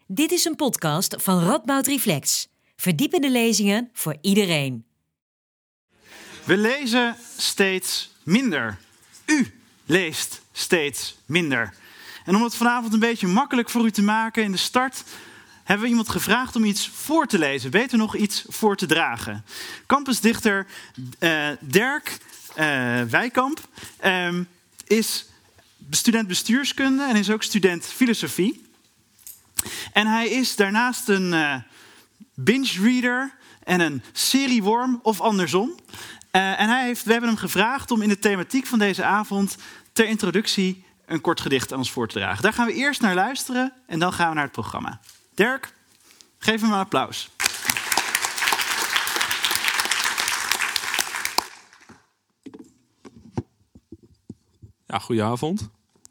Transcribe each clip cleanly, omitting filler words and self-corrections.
Dit is een podcast van Radboud Reflex. Verdiepende lezingen voor iedereen. We lezen steeds minder. U leest steeds minder. En om het vanavond een beetje makkelijk voor u te maken in de start, hebben we iemand gevraagd om iets voor te lezen. Beter nog, iets voor te dragen. Campusdichter Dirk Wijkamp is student bestuurskunde en is ook student filosofie. En hij is daarnaast een binge-reader en een serieworm of andersom. En we hebben hem gevraagd om in de thematiek van deze avond ter introductie een kort gedicht aan ons voor te dragen. Daar gaan we eerst naar luisteren en dan gaan we naar het programma. Dirk, geef hem een applaus. Ja, goedenavond.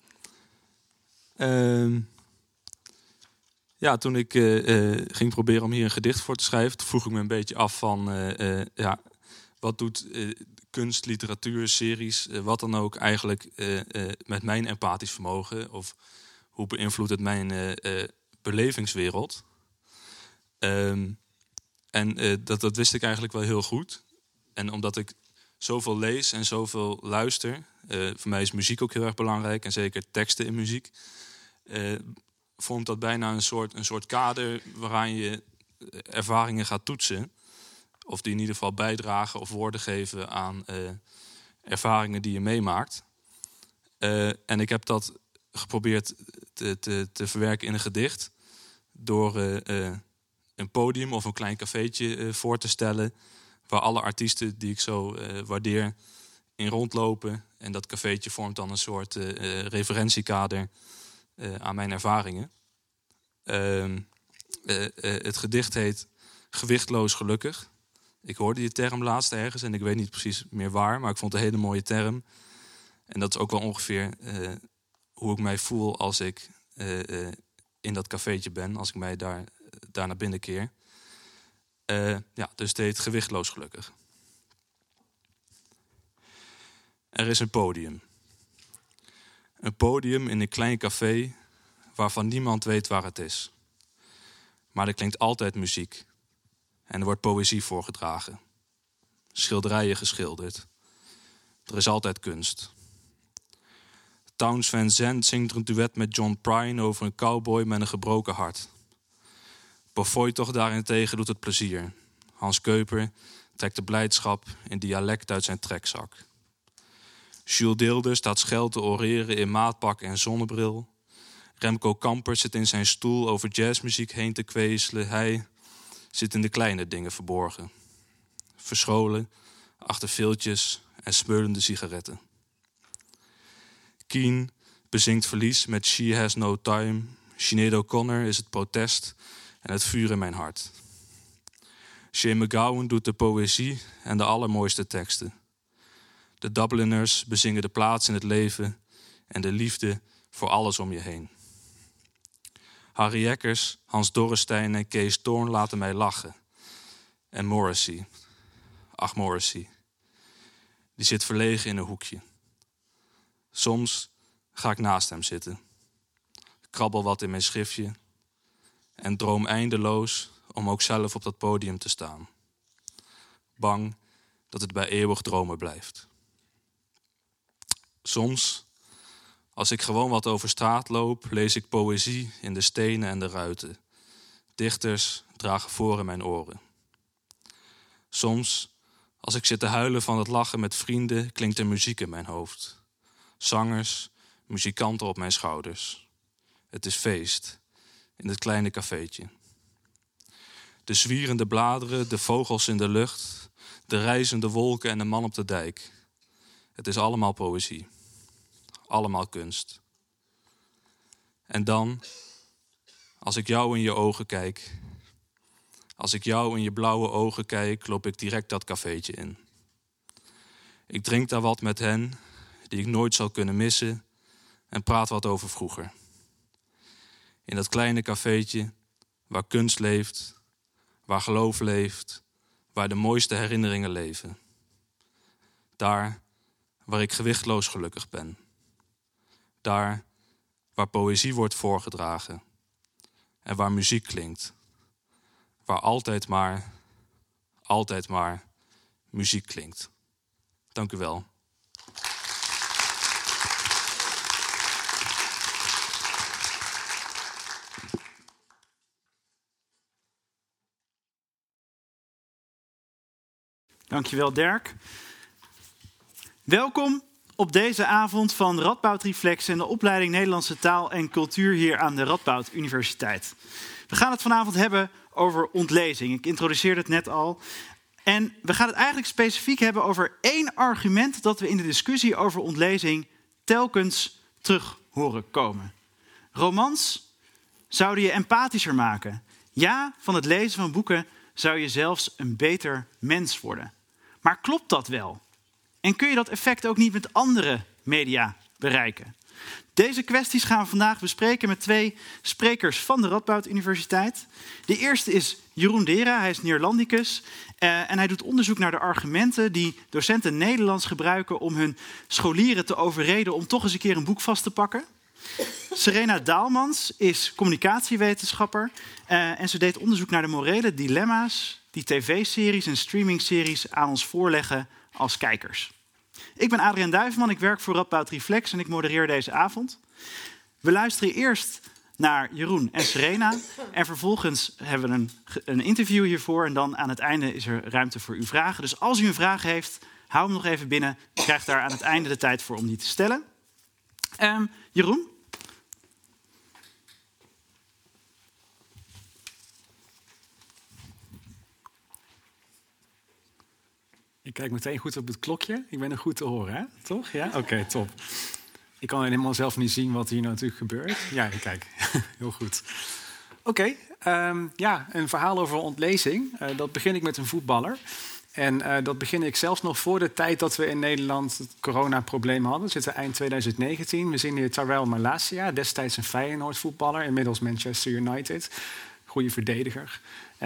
Toen ik ging proberen om hier een gedicht voor te schrijven, vroeg ik me een beetje af van wat doet kunst, literatuur, series, wat dan ook eigenlijk met mijn empathisch vermogen, of hoe beïnvloedt het mijn belevingswereld? Dat wist ik eigenlijk wel heel goed. En omdat ik zoveel lees en zoveel luister, voor mij is muziek ook heel erg belangrijk en zeker teksten in muziek, vormt dat bijna een soort kader waaraan je ervaringen gaat toetsen. Of die in ieder geval bijdragen of woorden geven aan ervaringen die je meemaakt. En ik heb dat geprobeerd te verwerken in een gedicht. Door een podium of een klein cafeetje voor te stellen, waar alle artiesten die ik zo waardeer in rondlopen. En dat cafeetje vormt dan een soort referentiekader aan mijn ervaringen. Het gedicht heet Gewichtloos gelukkig. Ik hoorde die term laatst ergens en ik weet niet precies meer waar, maar ik vond het een hele mooie term. En dat is ook wel ongeveer hoe ik mij voel als ik in dat cafeetje ben, als ik mij daar naar binnen keer. Dus het heet Gewichtloos gelukkig. Er is een podium. Een podium in een klein café waarvan niemand weet waar het is. Maar er klinkt altijd muziek. En er wordt poëzie voorgedragen. Schilderijen geschilderd. Er is altijd kunst. Townes Van Zandt zingt er een duet met John Prine over een cowboy met een gebroken hart. Bofoy daarentegen doet het plezier. Hans Keuper trekt de blijdschap in dialect uit zijn trekzak. Jules Deelder staat schel te oreren in maatpak en zonnebril. Remco Kampert zit in zijn stoel over jazzmuziek heen te kwezelen. Hij zit in de kleine dingen verborgen. Verscholen achter viltjes en smeulende sigaretten. Keane bezingt verlies met She Has No Time. Sinead O'Connor is het protest en het vuur in mijn hart. Shane MacGowan doet de poëzie en de allermooiste teksten. De Dubliners bezingen de plaats in het leven en de liefde voor alles om je heen. Harry Jekkers, Hans Dorrestein en Kees Toorn laten mij lachen. En Morrissey, ach Morrissey, die zit verlegen in een hoekje. Soms ga ik naast hem zitten, krabbel wat in mijn schriftje en droom eindeloos om ook zelf op dat podium te staan. Bang dat het bij eeuwig dromen blijft. Soms, als ik gewoon wat over straat loop, lees ik poëzie in de stenen en de ruiten. Dichters dragen voor in mijn oren. Soms, als ik zit te huilen van het lachen met vrienden, klinkt er muziek in mijn hoofd. Zangers, muzikanten op mijn schouders. Het is feest in het kleine cafeetje. De zwierende bladeren, de vogels in de lucht, de reizende wolken en de man op de dijk. Het is allemaal poëzie. Allemaal kunst. En dan, als ik jou in je ogen kijk, als ik jou in je blauwe ogen kijk, loop ik direct dat cafeetje in. Ik drink daar wat met hen, die ik nooit zal kunnen missen, en praat wat over vroeger. In dat kleine cafeetje, waar kunst leeft, waar geloof leeft, waar de mooiste herinneringen leven. Daar waar ik gewichtloos gelukkig ben. Daar waar poëzie wordt voorgedragen. en waar muziek klinkt. Waar altijd maar muziek klinkt. Dank u wel. Dankjewel, Dirk. Welkom op deze avond van Radboud Reflex en de opleiding Nederlandse Taal en Cultuur hier aan de Radboud Universiteit. We gaan het vanavond hebben over ontlezing. Ik introduceerde het net al. En we gaan het eigenlijk specifiek hebben over 1 argument dat we in de discussie over ontlezing telkens terug horen komen. Romans zouden je empathischer maken. Ja, van het lezen van boeken zou je zelfs een beter mens worden. Maar klopt dat wel? En kun je dat effect ook niet met andere media bereiken? Deze kwesties gaan we vandaag bespreken met 2 sprekers van de Radboud Universiteit. De eerste is Jeroen Dera, hij is Neerlandicus. En hij doet onderzoek naar de argumenten die docenten Nederlands gebruiken om hun scholieren te overreden om toch eens een keer een boek vast te pakken. Serena Daalmans is communicatiewetenschapper en ze deed onderzoek naar de morele dilemma's die tv-series en streamingseries aan ons voorleggen als kijkers. Ik ben Adriaan Duivenman, ik werk voor Radboud Reflex en ik modereer deze avond. We luisteren eerst naar Jeroen en Serena en vervolgens hebben we een interview hiervoor en dan aan het einde is er ruimte voor uw vragen. Dus als u een vraag heeft, hou hem nog even binnen. U krijgt daar aan het einde de tijd voor om die te stellen. Jeroen? Ik kijk meteen goed op het klokje. Ik ben er goed te horen, hè? Toch? Ja? Oké, top. Ik kan helemaal zelf niet zien wat hier natuurlijk gebeurt. Ja, kijk. Heel goed. Oké, een verhaal over ontlezing. Dat begin ik met een voetballer. En dat begin ik zelfs nog voor de tijd dat we in Nederland het coronaprobleem hadden. We zitten eind 2019. We zien hier Tyrell Malacia, destijds een Feyenoord voetballer. Inmiddels Manchester United. Goede verdediger.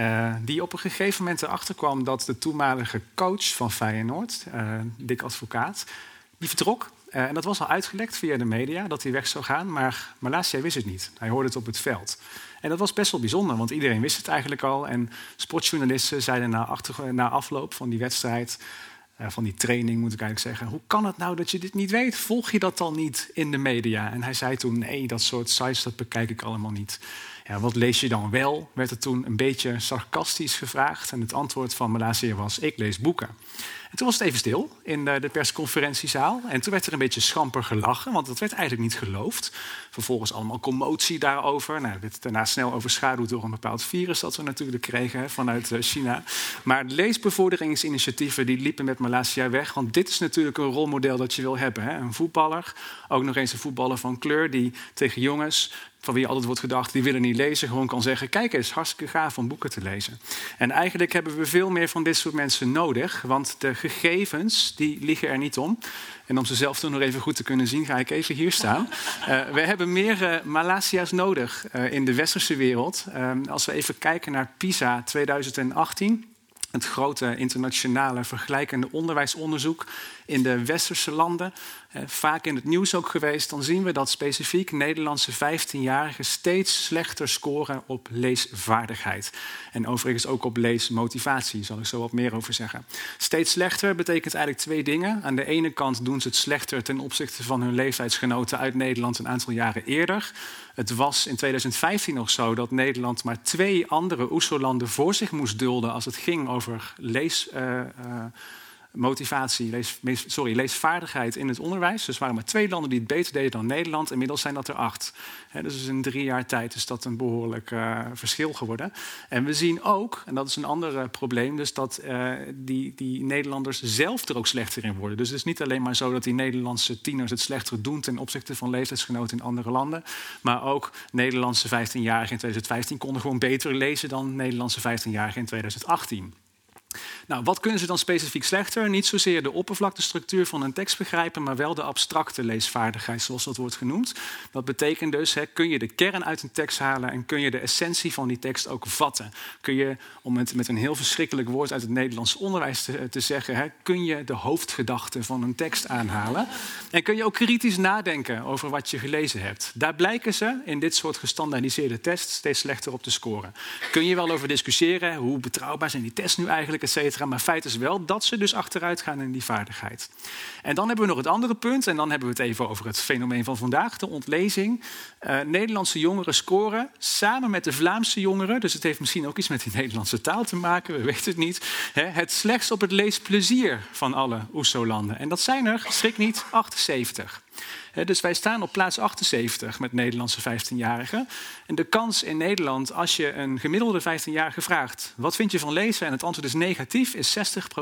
Die op een gegeven moment erachter kwam dat de toenmalige coach van Feyenoord, Dick Advocaat, die vertrok. En dat was al uitgelekt via de media dat hij weg zou gaan. Maar Malacia wist het niet. Hij hoorde het op het veld. En dat was best wel bijzonder, want iedereen wist het eigenlijk al. En sportjournalisten zeiden na afloop van die wedstrijd, van die training moet ik eigenlijk zeggen, hoe kan het nou dat je dit niet weet? Volg je dat dan niet in de media? En hij zei toen, nee, dat soort sites dat bekijk ik allemaal niet. Ja, wat lees je dan wel? Werd er toen een beetje sarcastisch gevraagd. En het antwoord van Malacia was, ik lees boeken. En toen was het even stil in de persconferentiezaal. En toen werd er een beetje schamper gelachen, want dat werd eigenlijk niet geloofd. Vervolgens allemaal commotie daarover. Nou, dat werd daarna snel overschaduwd door een bepaald virus dat we natuurlijk kregen vanuit China. Maar de leesbevorderingsinitiatieven die liepen met Malacia weg. Want dit is natuurlijk een rolmodel dat je wil hebben. Hè? Een voetballer, ook nog eens een voetballer van kleur die tegen jongens, van wie altijd wordt gedacht, die willen niet lezen, gewoon kan zeggen, kijk eens, hartstikke gaaf om boeken te lezen. En eigenlijk hebben we veel meer van dit soort mensen nodig, want de gegevens, die liegen er niet om. En om ze zelf toch nog even goed te kunnen zien, ga ik even hier staan. We hebben meer Malacia's nodig in de westerse wereld. Als we even kijken naar PISA 2018... het grote internationale vergelijkende onderwijsonderzoek in de westerse landen, vaak in het nieuws ook geweest, dan zien we dat specifiek Nederlandse 15-jarigen steeds slechter scoren op leesvaardigheid. En overigens ook op leesmotivatie, zal ik zo wat meer over zeggen. Steeds slechter betekent eigenlijk 2 dingen. Aan de ene kant doen ze het slechter ten opzichte van hun leeftijdsgenoten uit Nederland een aantal jaren eerder. Het was in 2015 nog zo dat Nederland maar 2 andere OESO-landen voor zich moest dulden als het ging over leesvaardigheid in het onderwijs. Dus er waren maar 2 landen die het beter deden dan Nederland. Inmiddels zijn dat er 8. Dus in 3 jaar tijd is dat een behoorlijk verschil geworden. En we zien ook, en dat is een ander probleem, dus dat die Nederlanders zelf er ook slechter in worden. Dus het is niet alleen maar zo dat die Nederlandse tieners het slechter doen ten opzichte van leeftijdsgenoten in andere landen. Maar ook Nederlandse 15-jarigen in 2015 konden gewoon beter lezen dan Nederlandse 15-jarigen in 2018. Nou, wat kunnen ze dan specifiek slechter? Niet zozeer de oppervlaktestructuur van een tekst begrijpen, maar wel de abstracte leesvaardigheid, zoals dat wordt genoemd. Dat betekent dus, kun je de kern uit een tekst halen en kun je de essentie van die tekst ook vatten. Kun je, om het met een heel verschrikkelijk woord uit het Nederlands onderwijs te zeggen, kun je de hoofdgedachte van een tekst aanhalen. En kun je ook kritisch nadenken over wat je gelezen hebt. Daar blijken ze in dit soort gestandaardiseerde tests steeds slechter op te scoren. Kun je wel over discussiëren, hoe betrouwbaar zijn die tests nu eigenlijk, et cetera. Maar feit is wel dat ze dus achteruit gaan in die vaardigheid. En dan hebben we nog het andere punt, en dan hebben we het even over het fenomeen van vandaag, de ontlezing. Nederlandse jongeren scoren samen met de Vlaamse jongeren, dus het heeft misschien ook iets met die Nederlandse taal te maken, we weten het niet, het slechtst op het leesplezier van alle OESO-landen. En dat zijn er, schrik niet, 78. Dus wij staan op plaats 78 met Nederlandse 15-jarigen. En de kans in Nederland, als je een gemiddelde 15-jarige vraagt, wat vind je van lezen? En het antwoord is negatief, is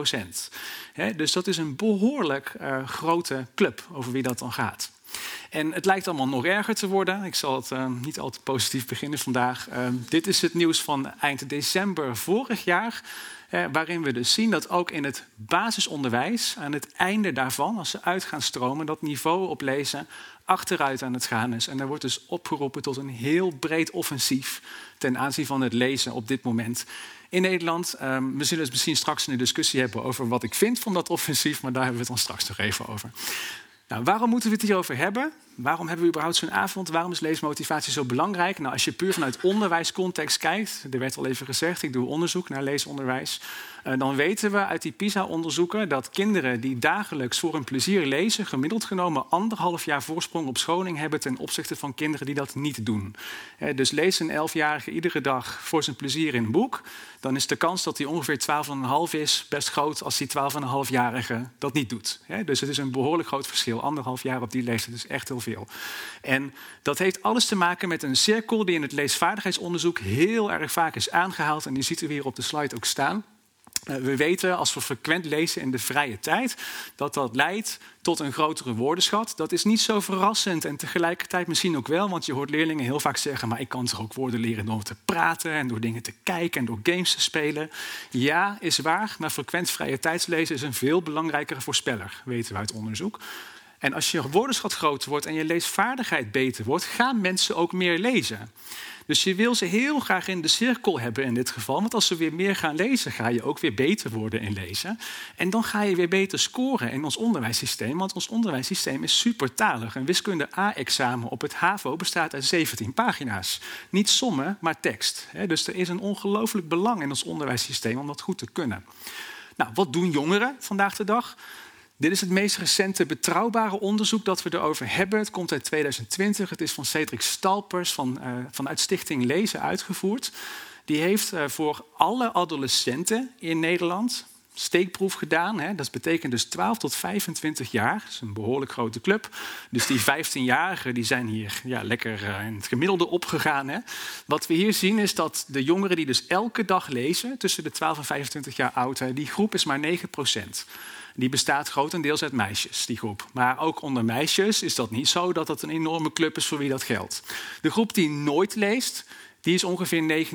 60%. Dus dat is een behoorlijk grote club over wie dat dan gaat. En het lijkt allemaal nog erger te worden. Ik zal het niet al te positief beginnen vandaag. Dit is het nieuws van eind december vorig jaar. Waarin we dus zien dat ook in het basisonderwijs, aan het einde daarvan, als ze uit gaan stromen, dat niveau op lezen achteruit aan het gaan is. En er wordt dus opgeroepen tot een heel breed offensief ten aanzien van het lezen op dit moment in Nederland. We zullen het misschien straks een discussie hebben over wat ik vind van dat offensief, maar daar hebben we het dan straks nog even over. Nou, waarom moeten we het hierover hebben? Waarom hebben we überhaupt zo'n avond? Waarom is leesmotivatie zo belangrijk? Nou, als je puur vanuit onderwijscontext kijkt, er werd al even gezegd, ik doe onderzoek naar leesonderwijs, dan weten we uit die PISA-onderzoeken dat kinderen die dagelijks voor hun plezier lezen, gemiddeld genomen 1,5 jaar voorsprong op scholing hebben ten opzichte van kinderen die dat niet doen. Dus leest een 11-jarige iedere dag voor zijn plezier in een boek, dan is de kans dat hij ongeveer 12,5 is best groot als die 12,5-jarige dat niet doet. Dus het is een behoorlijk groot verschil. 1,5 jaar op die leeftijd is echt heel veel. En dat heeft alles te maken met een cirkel die in het leesvaardigheidsonderzoek heel erg vaak is aangehaald. En die ziet u hier op de slide ook staan. We weten, als we frequent lezen in de vrije tijd, dat dat leidt tot een grotere woordenschat. Dat is niet zo verrassend en tegelijkertijd misschien ook wel, want je hoort leerlingen heel vaak zeggen, maar ik kan toch ook woorden leren door te praten en door dingen te kijken en door games te spelen. Ja, is waar, maar frequent vrije tijdslezen is een veel belangrijkere voorspeller, weten we uit onderzoek. En als je woordenschat groter wordt en je leesvaardigheid beter wordt, gaan mensen ook meer lezen. Dus je wil ze heel graag in de cirkel hebben in dit geval. Want als ze weer meer gaan lezen, ga je ook weer beter worden in lezen. En dan ga je weer beter scoren in ons onderwijssysteem. Want ons onderwijssysteem is supertalig. Een wiskunde A-examen op het HAVO bestaat uit 17 pagina's. Niet sommen, maar tekst. Dus er is een ongelooflijk belang in ons onderwijssysteem om dat goed te kunnen. Nou, wat doen jongeren vandaag de dag? Dit is het meest recente betrouwbare onderzoek dat we erover hebben. Het komt uit 2020. Het is van Cedric Stalpers vanuit Stichting Lezen uitgevoerd. Die heeft voor alle adolescenten in Nederland steekproef gedaan. Dat betekent dus 12 tot 25 jaar. Dat is een behoorlijk grote club. Dus die 15-jarigen die zijn hier lekker in het gemiddelde opgegaan. Wat we hier zien is dat de jongeren die dus elke dag lezen, tussen de 12 en 25 jaar oud, die groep is maar 9%. Die bestaat grotendeels uit meisjes, die groep. Maar ook onder meisjes is dat niet zo dat dat een enorme club is voor wie dat geldt. De groep die nooit leest, die is ongeveer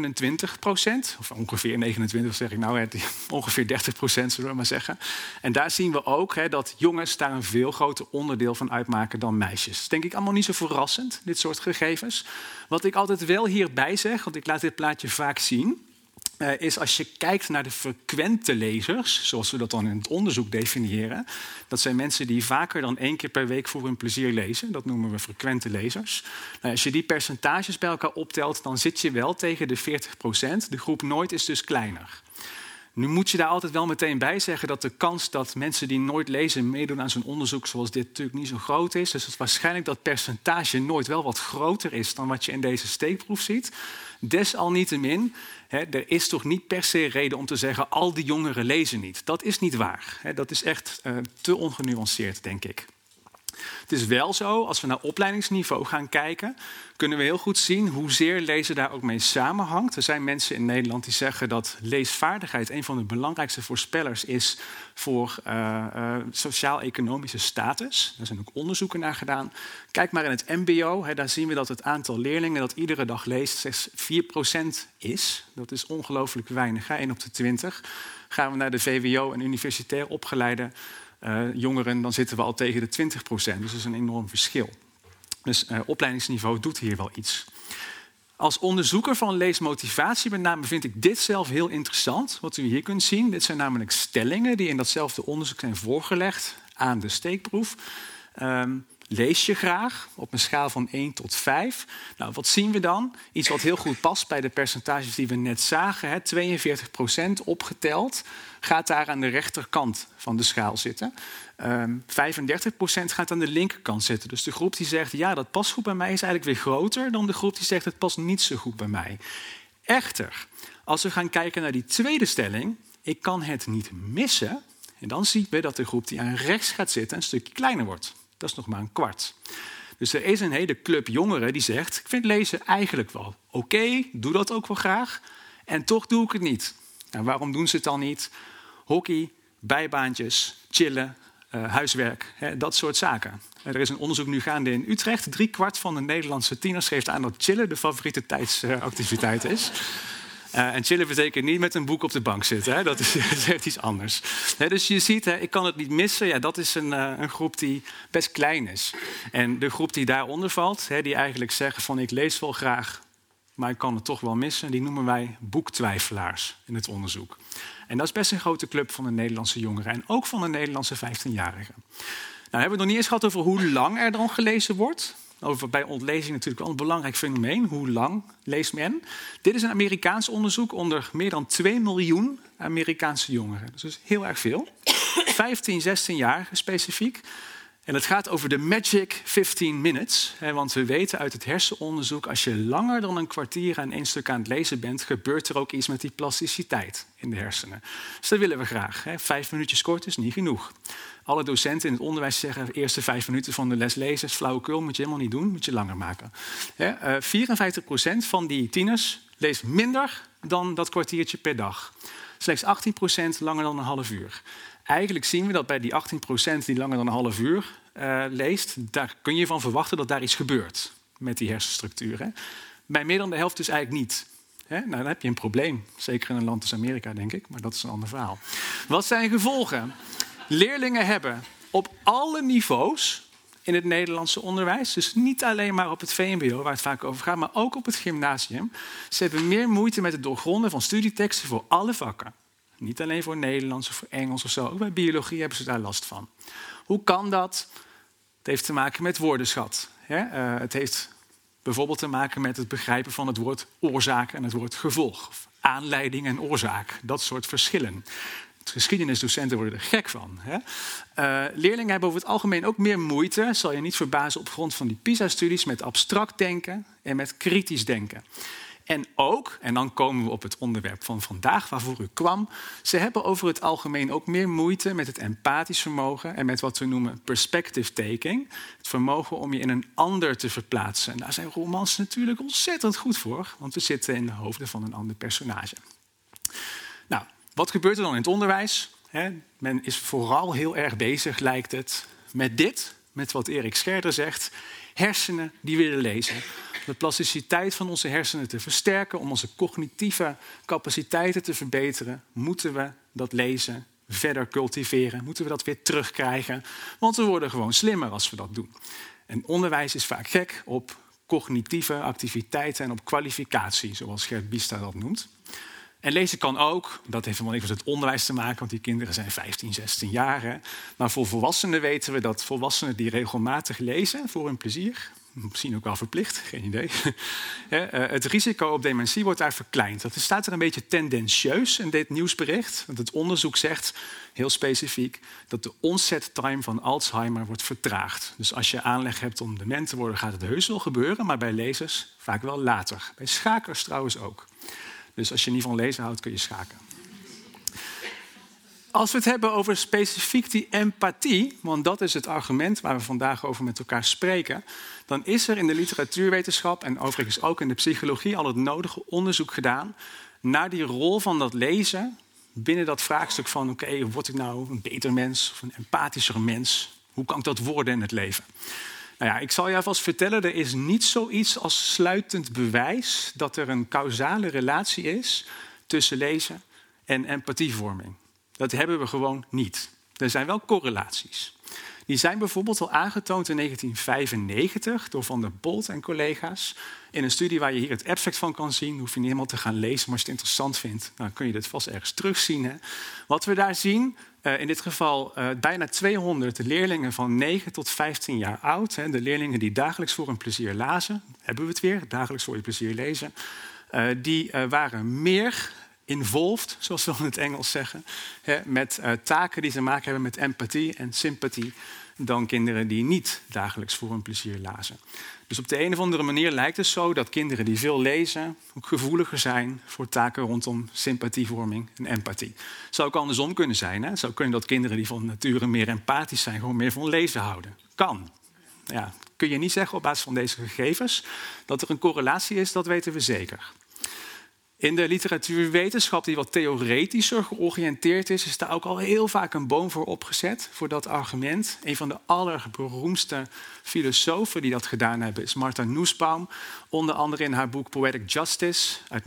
29%. Of ongeveer 29 zeg ik nou, ongeveer 30% zullen we maar zeggen. En daar zien we ook dat jongens daar een veel groter onderdeel van uitmaken dan meisjes. Dat is denk ik allemaal niet zo verrassend, dit soort gegevens. Wat ik altijd wel hierbij zeg, want ik laat dit plaatje vaak zien, is als je kijkt naar de frequente lezers, zoals we dat dan in het onderzoek definiëren. Dat zijn mensen die vaker dan 1 keer per week voor hun plezier lezen. Dat noemen we frequente lezers. Nou, als je die percentages bij elkaar optelt, dan zit je wel tegen de 40%. De groep nooit is dus kleiner. Nu moet je daar altijd wel meteen bij zeggen dat de kans dat mensen die nooit lezen meedoen aan zo'n onderzoek zoals dit natuurlijk niet zo groot is. Dus het is waarschijnlijk dat percentage nooit wel wat groter is dan wat je in deze steekproef ziet. Desalniettemin, er is toch niet per se reden om te zeggen al die jongeren lezen niet. Dat is niet waar. Dat is echt te ongenuanceerd, denk ik. Het is wel zo, als we naar opleidingsniveau gaan kijken, kunnen we heel goed zien hoezeer lezen daar ook mee samenhangt. Er zijn mensen in Nederland die zeggen dat leesvaardigheid een van de belangrijkste voorspellers is voor sociaal-economische status. Daar zijn ook onderzoeken naar gedaan. Kijk maar in het mbo, daar zien we dat het aantal leerlingen dat iedere dag leest slechts 4% is. Dat is ongelooflijk weinig, 1 op de 20. Gaan we naar de VWO en universitair opgeleide jongeren, dan zitten we al tegen de 20%. Dus dat is een enorm verschil. Dus opleidingsniveau doet hier wel iets. Als onderzoeker van leesmotivatie met name vind ik dit zelf heel interessant. Wat u hier kunt zien, dit zijn namelijk stellingen die in datzelfde onderzoek zijn voorgelegd aan de steekproef. Lees je graag op een schaal van 1 tot 5? Nou, wat zien we dan? Iets wat heel goed past bij de percentages die we net zagen. 42% opgeteld gaat daar aan de rechterkant van de schaal zitten. 35% gaat aan de linkerkant zitten. Dus de groep die zegt, ja, dat past goed bij mij, is eigenlijk weer groter dan de groep die zegt, het past niet zo goed bij mij. Echter, als we gaan kijken naar die tweede stelling, ik kan het niet missen, en dan zien we dat de groep die aan rechts gaat zitten een stukje kleiner wordt. Dat is nog maar een kwart. Dus er is een hele club jongeren die zegt, ik vind lezen eigenlijk wel oké, doe dat ook wel graag. En toch doe ik het niet. Nou, waarom doen ze het dan niet? Hockey, bijbaantjes, chillen, huiswerk, dat soort zaken. Er is een onderzoek nu gaande in Utrecht. 3/4 van de Nederlandse tieners geeft aan dat chillen de favoriete tijdsactiviteit is. En chillen betekent niet met een boek op de bank zitten. Dat is echt iets anders. Dus je ziet, ik kan het niet missen. Ja, dat is een groep die best klein is. En de groep die daaronder valt, die eigenlijk zeggen van ik lees wel graag, maar ik kan het toch wel missen, die noemen wij boektwijfelaars in het onderzoek. En dat is best een grote club van de Nederlandse jongeren en ook van de Nederlandse 15-jarigen. Nou, hebben we het nog niet eens gehad over hoe lang er dan gelezen wordt. Bij ontlezing natuurlijk wel een belangrijk fenomeen. Hoe lang leest men? Dit is een Amerikaans onderzoek onder meer dan 2 miljoen Amerikaanse jongeren. Dus dat is heel erg veel. 15, 16 jaar specifiek. En het gaat over de magic 15 minutes. Want we weten uit het hersenonderzoek, als je langer dan een kwartier aan één stuk aan het lezen bent, gebeurt er ook iets met die plasticiteit in de hersenen. Dus dat willen we graag. 5 minuutjes kort is niet genoeg. Alle docenten in het onderwijs zeggen, de eerste 5 minuten van de les lezen is flauwekul, moet je helemaal niet doen, moet je langer maken. 54% van die tieners leest minder dan dat kwartiertje per dag. Slechts 18% langer dan een half uur. Eigenlijk zien we dat bij die 18% die langer dan een half uur leest, daar kun je van verwachten dat daar iets gebeurt met die hersenstructuren. Bij meer dan de helft dus eigenlijk niet. Nou, dan heb je een probleem. Zeker in een land als Amerika, denk ik, maar dat is een ander verhaal. Wat zijn gevolgen? Leerlingen hebben op alle niveaus in het Nederlandse onderwijs, dus niet alleen maar op het VMBO, waar het vaak over gaat, maar ook op het gymnasium. Ze hebben meer moeite met het doorgronden van studieteksten voor alle vakken. Niet alleen voor Nederlands of voor Engels of zo. Ook bij biologie hebben ze daar last van. Hoe kan dat? Het heeft te maken met woordenschat. Het heeft bijvoorbeeld te maken met het begrijpen van het woord oorzaak en het woord gevolg. Of aanleiding en oorzaak. Dat soort verschillen. Geschiedenisdocenten worden er gek van. Leerlingen hebben over het algemeen ook meer moeite, zal je niet verbazen op grond van die PISA-studies, met abstract denken en met kritisch denken. En ook, en dan komen we op het onderwerp van vandaag waarvoor u kwam, ze hebben over het algemeen ook meer moeite met het empathisch vermogen en met wat we noemen perspective taking. Het vermogen om je in een ander te verplaatsen. En daar zijn romans natuurlijk ontzettend goed voor, want we zitten in de hoofden van een ander personage. Nou, wat gebeurt er dan in het onderwijs? Men is vooral heel erg bezig, lijkt het, met dit, met wat Erik Scherder zegt. Hersenen die willen lezen. De plasticiteit van onze hersenen te versterken, om onze cognitieve capaciteiten te verbeteren, moeten we dat lezen verder cultiveren. Moeten we dat weer terugkrijgen, want we worden gewoon slimmer als we dat doen. En onderwijs is vaak gek op cognitieve activiteiten en op kwalificatie, zoals Gert Biesta dat noemt. En lezen kan ook, dat heeft helemaal niks met het onderwijs te maken, want die kinderen zijn 15, 16 jaar. Hè. Maar voor volwassenen weten we dat volwassenen die regelmatig lezen voor hun plezier, misschien ook wel verplicht, geen idee. Het risico op dementie wordt daar verkleind. Dat staat er een beetje tendentieus in dit nieuwsbericht. Want het onderzoek zegt, heel specifiek, dat de onset-time van Alzheimer wordt vertraagd. Dus als je aanleg hebt om dement te worden, gaat het heus wel gebeuren, maar bij lezers vaak wel later. Bij schakers trouwens ook. Dus als je niet van lezen houdt, kun je schaken. als we het hebben over specifiek die empathie, want dat is het argument waar we vandaag over met elkaar spreken, dan is er in de literatuurwetenschap en overigens ook in de psychologie al het nodige onderzoek gedaan naar die rol van dat lezen binnen dat vraagstuk van oké, word ik nou een beter mens of een empathischer mens? Hoe kan ik dat worden in het leven? Nou ja, ik zal je alvast vertellen, er is niet zoiets als sluitend bewijs dat er een causale relatie is tussen lezen en empathievorming. Dat hebben we gewoon niet. Er zijn wel correlaties. Die zijn bijvoorbeeld al aangetoond in 1995 door Van der Bolt en collega's. In een studie waar je hier het abstract van kan zien. Hoef je niet helemaal te gaan lezen, maar als je het interessant vindt, dan kun je dit vast ergens terugzien. Hè? Wat we daar zien, in dit geval bijna 200 leerlingen van 9 tot 15 jaar oud. Hè? De leerlingen die dagelijks voor hun plezier lazen. Hebben we het weer, dagelijks voor je plezier lezen. Die waren meer involved, zoals we in het Engels zeggen, met taken die te maken hebben met empathie en sympathie, dan kinderen die niet dagelijks voor hun plezier lazen. Dus op de een of andere manier lijkt het zo dat kinderen die veel lezen ook gevoeliger zijn voor taken rondom sympathievorming en empathie. Het zou ook andersom kunnen zijn. Hè? Het zou kunnen dat kinderen die van nature meer empathisch zijn, gewoon meer van lezen houden. Kan. Ja, kun je niet zeggen op basis van deze gegevens dat er een correlatie is, dat weten we zeker. In de literatuurwetenschap, die wat theoretischer georiënteerd is daar ook al heel vaak een boom voor opgezet, voor dat argument. Een van de allerberoemdste filosofen die dat gedaan hebben is Martha Nussbaum. Onder andere in haar boek Poetic Justice uit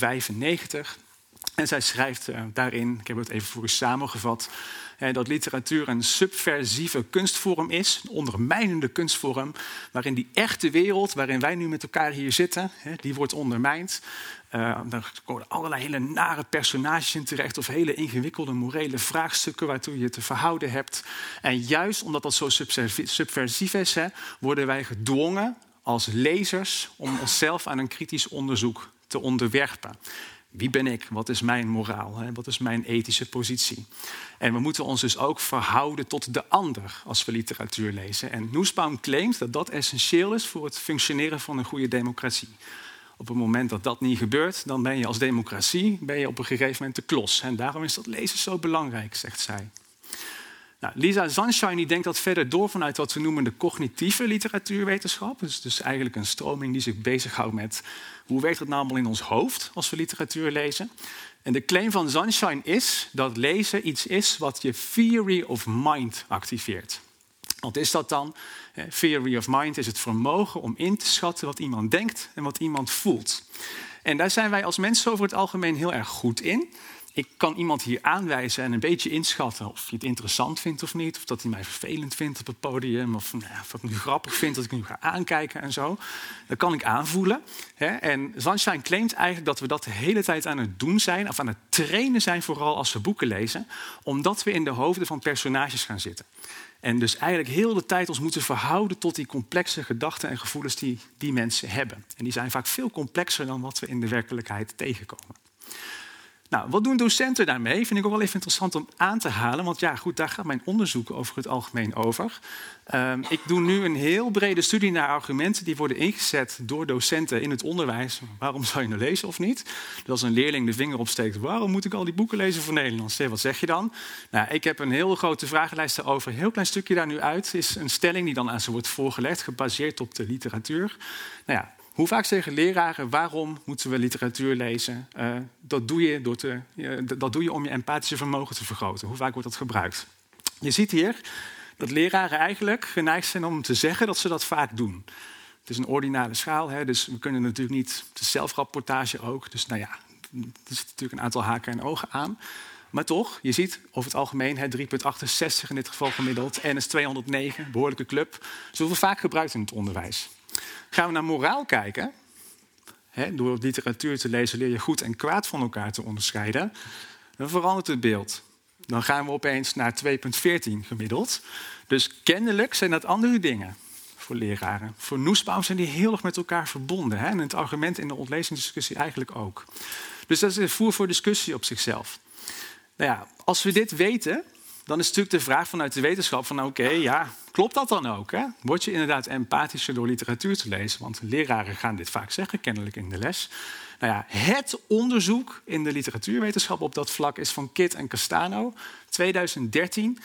1995. En zij schrijft daarin, ik heb het even voor u samengevat, dat literatuur een subversieve kunstvorm is, een ondermijnende kunstvorm, waarin die echte wereld, waarin wij nu met elkaar hier zitten, die wordt ondermijnd. Daar komen allerlei hele nare personages in terecht of hele ingewikkelde morele vraagstukken waartoe je te verhouden hebt. En juist omdat dat zo subversief is, worden wij gedwongen als lezers om onszelf aan een kritisch onderzoek te onderwerpen. Wie ben ik? Wat is mijn moraal? Wat is mijn ethische positie? En we moeten ons dus ook verhouden tot de ander als we literatuur lezen. En Nussbaum claimt dat dat essentieel is voor het functioneren van een goede democratie. Op het moment dat dat niet gebeurt, dan ben je als democratie op een gegeven moment de klos. En daarom is dat lezen zo belangrijk, zegt zij. Nou, Lisa Sunshine die denkt dat verder door vanuit wat we noemen de cognitieve literatuurwetenschap. Dus eigenlijk een stroming die zich bezighoudt met hoe werkt het nou allemaal in ons hoofd als we literatuur lezen. En de claim van Sunshine is dat lezen iets is wat je theory of mind activeert. Wat is dat dan? Theory of mind is het vermogen om in te schatten wat iemand denkt en wat iemand voelt. En daar zijn wij als mensen over het algemeen heel erg goed in. Ik kan iemand hier aanwijzen en een beetje inschatten of je het interessant vindt of niet. Of dat hij mij vervelend vindt op het podium. Of ik nu grappig vind dat ik nu ga aankijken en zo. Dat kan ik aanvoelen. En Sunshine claimt eigenlijk dat we dat de hele tijd aan het doen zijn. Of aan het trainen zijn, vooral als we boeken lezen. Omdat we in de hoofden van personages gaan zitten. En dus eigenlijk heel de tijd ons moeten verhouden tot die complexe gedachten en gevoelens die mensen hebben. En die zijn vaak veel complexer dan wat we in de werkelijkheid tegenkomen. Nou, wat doen docenten daarmee? Vind ik ook wel even interessant om aan te halen. Want ja, goed, daar gaat mijn onderzoek over het algemeen over. Ik doe nu een heel brede studie naar argumenten die worden ingezet door docenten in het onderwijs. Waarom zou je nou lezen of niet? Dus als een leerling de vinger opsteekt, waarom moet ik al die boeken lezen voor Nederlands? Wat zeg je dan? Nou, ik heb een heel grote vragenlijst daarover. Een heel klein stukje daar nu uit is een stelling die dan aan ze wordt voorgelegd, gebaseerd op de literatuur. Nou ja. Hoe vaak zeggen leraren, waarom moeten we literatuur lezen? Dat doe je om je empathische vermogen te vergroten. Hoe vaak wordt dat gebruikt? Je ziet hier dat leraren eigenlijk geneigd zijn om te zeggen dat ze dat vaak doen. Het is een ordinale schaal, dus we kunnen natuurlijk niet, de zelfrapportage ook. Dus nou ja, er zit natuurlijk een aantal haken en ogen aan. Maar toch, je ziet over het algemeen 3,68 in dit geval gemiddeld. NS 209, behoorlijke club. Zullen we vaak gebruikt in het onderwijs. Gaan we naar moraal kijken. Door literatuur te lezen leer je goed en kwaad van elkaar te onderscheiden. Dan verandert het beeld. Dan gaan we opeens naar 2,14 gemiddeld. Dus kennelijk zijn dat andere dingen voor leraren. Voor Nussbaum zijn die heel erg met elkaar verbonden. En het argument in de ontlezingsdiscussie eigenlijk ook. Dus dat is een voer voor discussie op zichzelf. Nou ja, als we dit weten, dan is natuurlijk de vraag vanuit de wetenschap van oké, klopt dat dan ook? Hè? Word je inderdaad empathischer door literatuur te lezen? Want leraren gaan dit vaak zeggen, kennelijk in de les. Nou ja, het onderzoek in de literatuurwetenschap op dat vlak is van Kidd en Castano, 2013.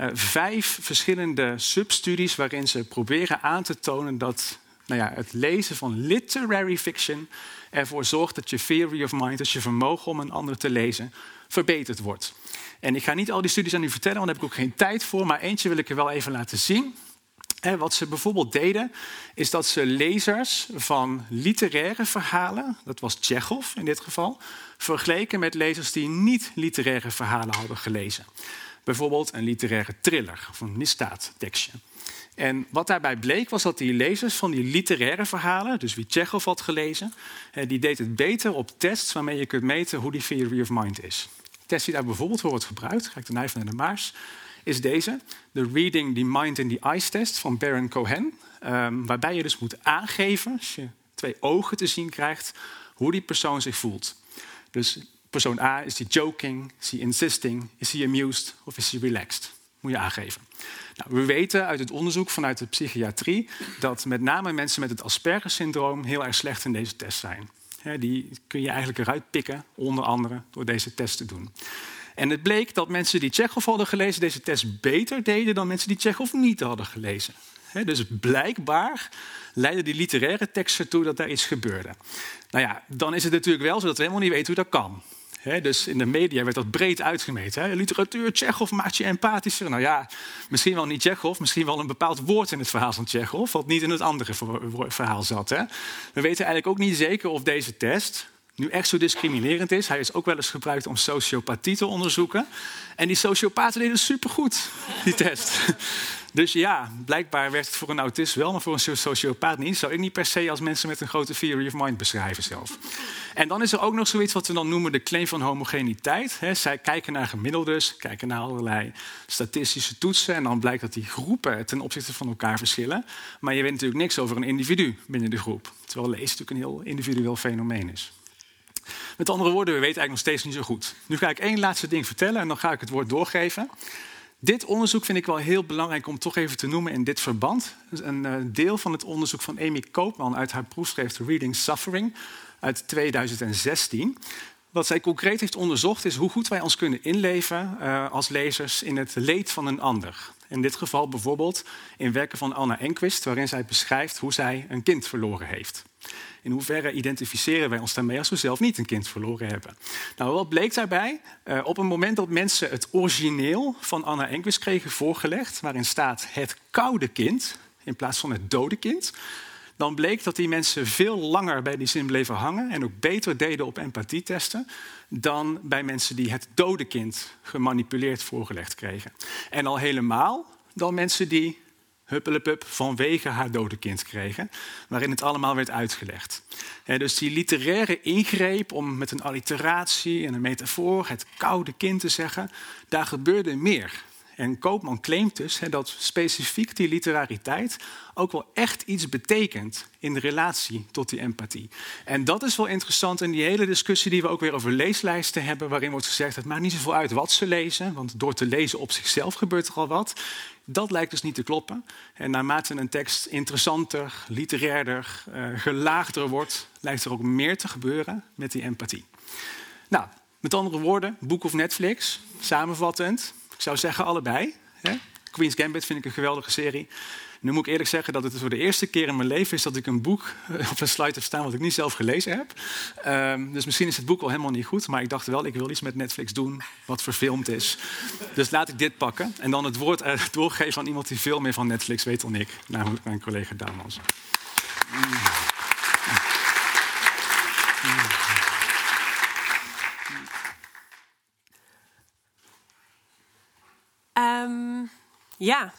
5 verschillende substudies waarin ze proberen aan te tonen dat het lezen van literary fiction ervoor zorgt dat je theory of mind, dus je vermogen om een ander te lezen, verbeterd wordt. En ik ga niet al die studies aan u vertellen, want daar heb ik ook geen tijd voor, maar eentje wil ik er wel even laten zien. Wat ze bijvoorbeeld deden, is dat ze lezers van literaire verhalen, dat was Tjekhov in dit geval, vergeleken met lezers die niet literaire verhalen hadden gelezen. Bijvoorbeeld een literaire thriller of een misdaadtekstje. En wat daarbij bleek was dat die lezers van die literaire verhalen, dus wie Tjekhov had gelezen, die deed het beter op tests waarmee je kunt meten hoe die theory of mind is. De test die daar bijvoorbeeld voor wordt gebruikt, ga ik de Nijf naar de Maars, is deze, de Reading the Mind in the Eyes test van Baron Cohen. Waarbij je dus moet aangeven, als je 2 ogen te zien krijgt, hoe die persoon zich voelt. Dus persoon A, is hij joking, is hij insisting, is hij amused of is hij relaxed? Moet je aangeven. Nou, we weten uit het onderzoek vanuit de psychiatrie dat met name mensen met het Asperger-syndroom heel erg slecht in deze test zijn. Die kun je eigenlijk eruit pikken, onder andere door deze test te doen. En het bleek dat mensen die Tjekhov hadden gelezen deze test beter deden dan mensen die Tjekhov niet hadden gelezen. Dus blijkbaar leidden die literaire teksten toe dat daar iets gebeurde. Nou ja, dan is het natuurlijk wel zo dat we helemaal niet weten hoe dat kan. Dus in de media werd dat breed uitgemeten. Literatuur, Tjekhov maakt je empathischer. Nou ja, misschien wel niet Tjekhov, misschien wel een bepaald woord in het verhaal van Tjekhov, wat niet in het andere verhaal zat. We weten eigenlijk ook niet zeker of deze test nu echt zo discriminerend is. Hij is ook wel eens gebruikt om sociopathie te onderzoeken. En die sociopaten deden supergoed, die test. Dus ja, blijkbaar werkt het voor een autist wel, maar voor een sociopaat niet. Zou ik niet per se als mensen met een grote theory of mind beschrijven zelf. En dan is er ook nog zoiets wat we dan noemen de claim van homogeniteit. Zij kijken naar gemiddeldes, kijken naar allerlei statistische toetsen. En dan blijkt dat die groepen ten opzichte van elkaar verschillen. Maar je weet natuurlijk niks over een individu binnen de groep. Terwijl lezen natuurlijk een heel individueel fenomeen is. Met andere woorden, we weten eigenlijk nog steeds niet zo goed. Nu ga ik 1 laatste ding vertellen en dan ga ik het woord doorgeven. Dit onderzoek vind ik wel heel belangrijk om toch even te noemen in dit verband. Een deel van het onderzoek van Amy Koopman uit haar proefschrift Reading Suffering uit 2016. Wat zij concreet heeft onderzocht is hoe goed wij ons kunnen inleven als lezers in het leed van een ander. In dit geval bijvoorbeeld in werken van Anna Enquist, waarin zij beschrijft hoe zij een kind verloren heeft. In hoeverre identificeren wij ons daarmee als we zelf niet een kind verloren hebben? Nou, wat bleek daarbij? Op het moment dat mensen het origineel van Anna Enquist kregen voorgelegd, waarin staat het koude kind in plaats van het dode kind, dan bleek dat die mensen veel langer bij die zin bleven hangen en ook beter deden op empathietesten dan bij mensen die het dode kind gemanipuleerd voorgelegd kregen. En al helemaal dan mensen die huppelepup vanwege haar dode kind kregen, waarin het allemaal werd uitgelegd. Dus die literaire ingreep om met een alliteratie en een metafoor het koude kind te zeggen, daar gebeurde meer. En Koopman claimt dus dat specifiek die literariteit ook wel echt iets betekent in de relatie tot die empathie. En dat is wel interessant in die hele discussie die we ook weer over leeslijsten hebben, waarin wordt gezegd, het maakt niet zoveel uit wat ze lezen, want door te lezen op zichzelf gebeurt er al wat. Dat lijkt dus niet te kloppen. En naarmate een tekst interessanter, literairder, gelaagder wordt, lijkt er ook meer te gebeuren met die empathie. Nou, met andere woorden, boek of Netflix, samenvattend. Ik zou zeggen allebei. Queen's Gambit vind ik een geweldige serie. Nu moet ik eerlijk zeggen dat het voor de eerste keer in mijn leven is dat ik een boek op een slide heb staan wat ik niet zelf gelezen heb. Dus misschien is het boek wel helemaal niet goed, maar ik dacht wel, ik wil iets met Netflix doen wat verfilmd is. Dus laat ik dit pakken en dan het woord doorgeven aan iemand die veel meer van Netflix weet dan ik, namelijk mijn collega Daumans. Ja.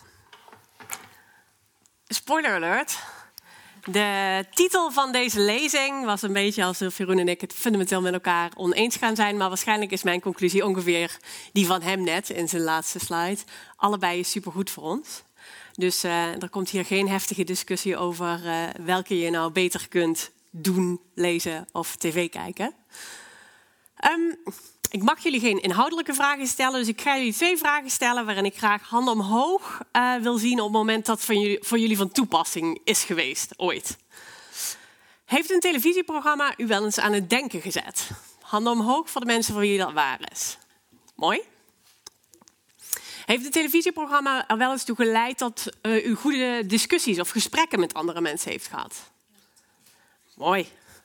Spoiler alert. De titel van deze lezing was een beetje alsof Jeroen en ik het fundamenteel met elkaar oneens gaan zijn. Maar waarschijnlijk is mijn conclusie ongeveer die van hem net in zijn laatste slide. Allebei is supergoed voor ons. Dus er komt hier geen heftige discussie over welke je nou beter kunt doen, lezen of tv kijken. Ik mag jullie geen inhoudelijke vragen stellen, dus ik ga jullie 2 vragen stellen waarin ik graag handen omhoog wil zien op het moment dat voor jullie van toepassing is geweest, ooit. Heeft een televisieprogramma u wel eens aan het denken gezet? Handen omhoog voor de mensen voor wie dat waar is. Mooi. Heeft het televisieprogramma er wel eens toe geleid dat u goede discussies of gesprekken met andere mensen heeft gehad? Mooi.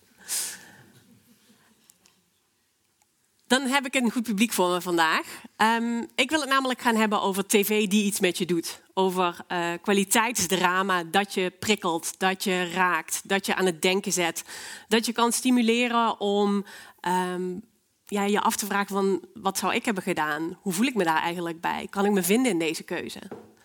Dan heb ik een goed publiek voor me vandaag. Ik wil het namelijk gaan hebben over tv die iets met je doet. Over kwaliteitsdrama dat je prikkelt, dat je raakt, dat je aan het denken zet. Dat je kan stimuleren om je af te vragen van wat zou ik hebben gedaan? Hoe voel ik me daar eigenlijk bij? Kan ik me vinden in deze keuze?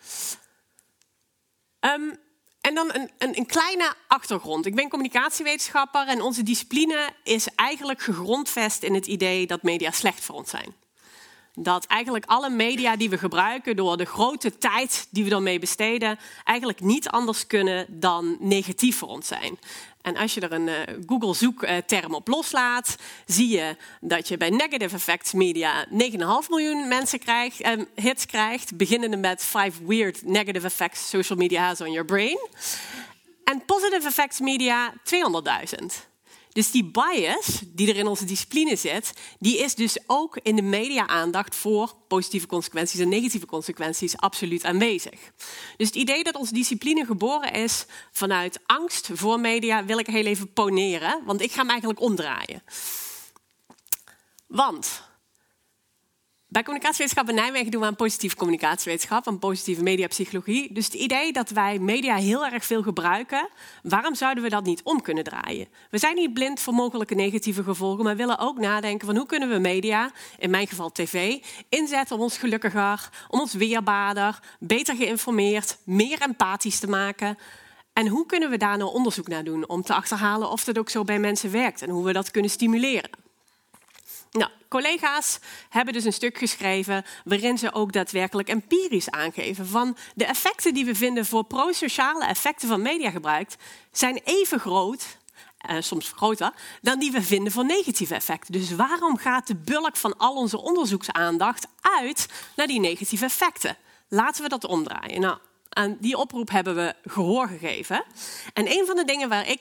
En dan een kleine achtergrond. Ik ben communicatiewetenschapper en onze discipline is eigenlijk gegrondvest in het idee dat media slecht voor ons zijn. Dat eigenlijk alle media die we gebruiken door de grote tijd die we ermee besteden, eigenlijk niet anders kunnen dan negatief voor ons zijn. En als je er een Google zoekterm op loslaat, zie je dat je bij negative effects media 9,5 miljoen mensen hits krijgt, beginnende met 5 weird negative effects social media has on your brain. En positive effects media 200.000. Dus die bias die er in onze discipline zit, die is dus ook in de media-aandacht voor positieve consequenties en negatieve consequenties absoluut aanwezig. Dus het idee dat onze discipline geboren is vanuit angst voor media wil ik heel even poneren, want ik ga hem eigenlijk omdraaien. Want bij communicatiewetenschap in Nijmegen doen we aan positieve communicatiewetenschap, aan positieve mediapsychologie. Dus het idee dat wij media heel erg veel gebruiken, waarom zouden we dat niet om kunnen draaien? We zijn niet blind voor mogelijke negatieve gevolgen, maar willen ook nadenken van hoe kunnen we media, in mijn geval tv, inzetten om ons gelukkiger, om ons weerbaarder, beter geïnformeerd, meer empathisch te maken. En hoe kunnen we daar nou onderzoek naar doen om te achterhalen of dat ook zo bij mensen werkt en hoe we dat kunnen stimuleren? Nou, collega's hebben dus een stuk geschreven waarin ze ook daadwerkelijk empirisch aangeven van de effecten die we vinden voor prosociale effecten van mediagebruik zijn even groot, soms groter, dan die we vinden voor negatieve effecten. Dus waarom gaat de bulk van al onze onderzoeksaandacht uit naar die negatieve effecten? Laten we dat omdraaien. Nou, aan die oproep hebben we gehoor gegeven. En een van de dingen waar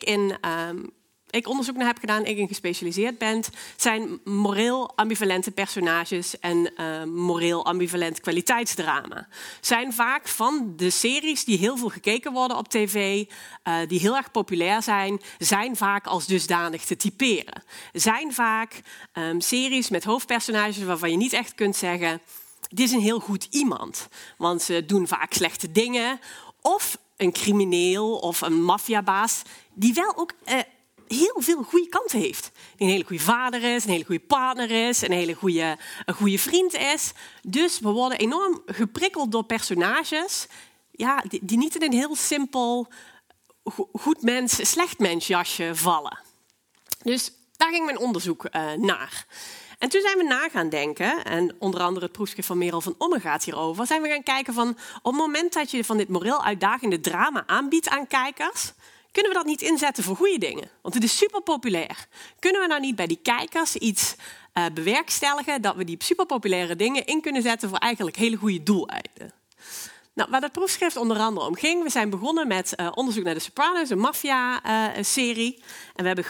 ik onderzoek naar heb gedaan, ik in gespecialiseerd ben, zijn moreel ambivalente personages en moreel ambivalent kwaliteitsdrama. Zijn vaak van de series die heel veel gekeken worden op tv, die heel erg populair zijn vaak als dusdanig te typeren. Zijn vaak series met hoofdpersonages waarvan je niet echt kunt zeggen, dit is een heel goed iemand. Want ze doen vaak slechte dingen. Of een crimineel of een maffiabaas die wel ook heel veel goede kanten heeft. Die een hele goede vader is, een hele goede partner is, een hele goede vriend is. Dus we worden enorm geprikkeld door personages die niet in een heel simpel goed mens, slecht mens jasje vallen. Dus daar ging mijn onderzoek naar. En toen zijn we na gaan denken, en onder andere het proefschrift van Merel van Ommen gaat hierover, zijn we gaan kijken van op het moment dat je van dit moreel uitdagende drama aanbiedt aan kijkers, kunnen we dat niet inzetten voor goede dingen? Want het is super populair. Kunnen we nou niet bij die kijkers iets bewerkstelligen dat we die superpopulaire dingen in kunnen zetten voor eigenlijk hele goede doeleinden? Nou, waar dat proefschrift onder andere om ging, we zijn begonnen met onderzoek naar de Sopranos, een maffia-serie. En we hebben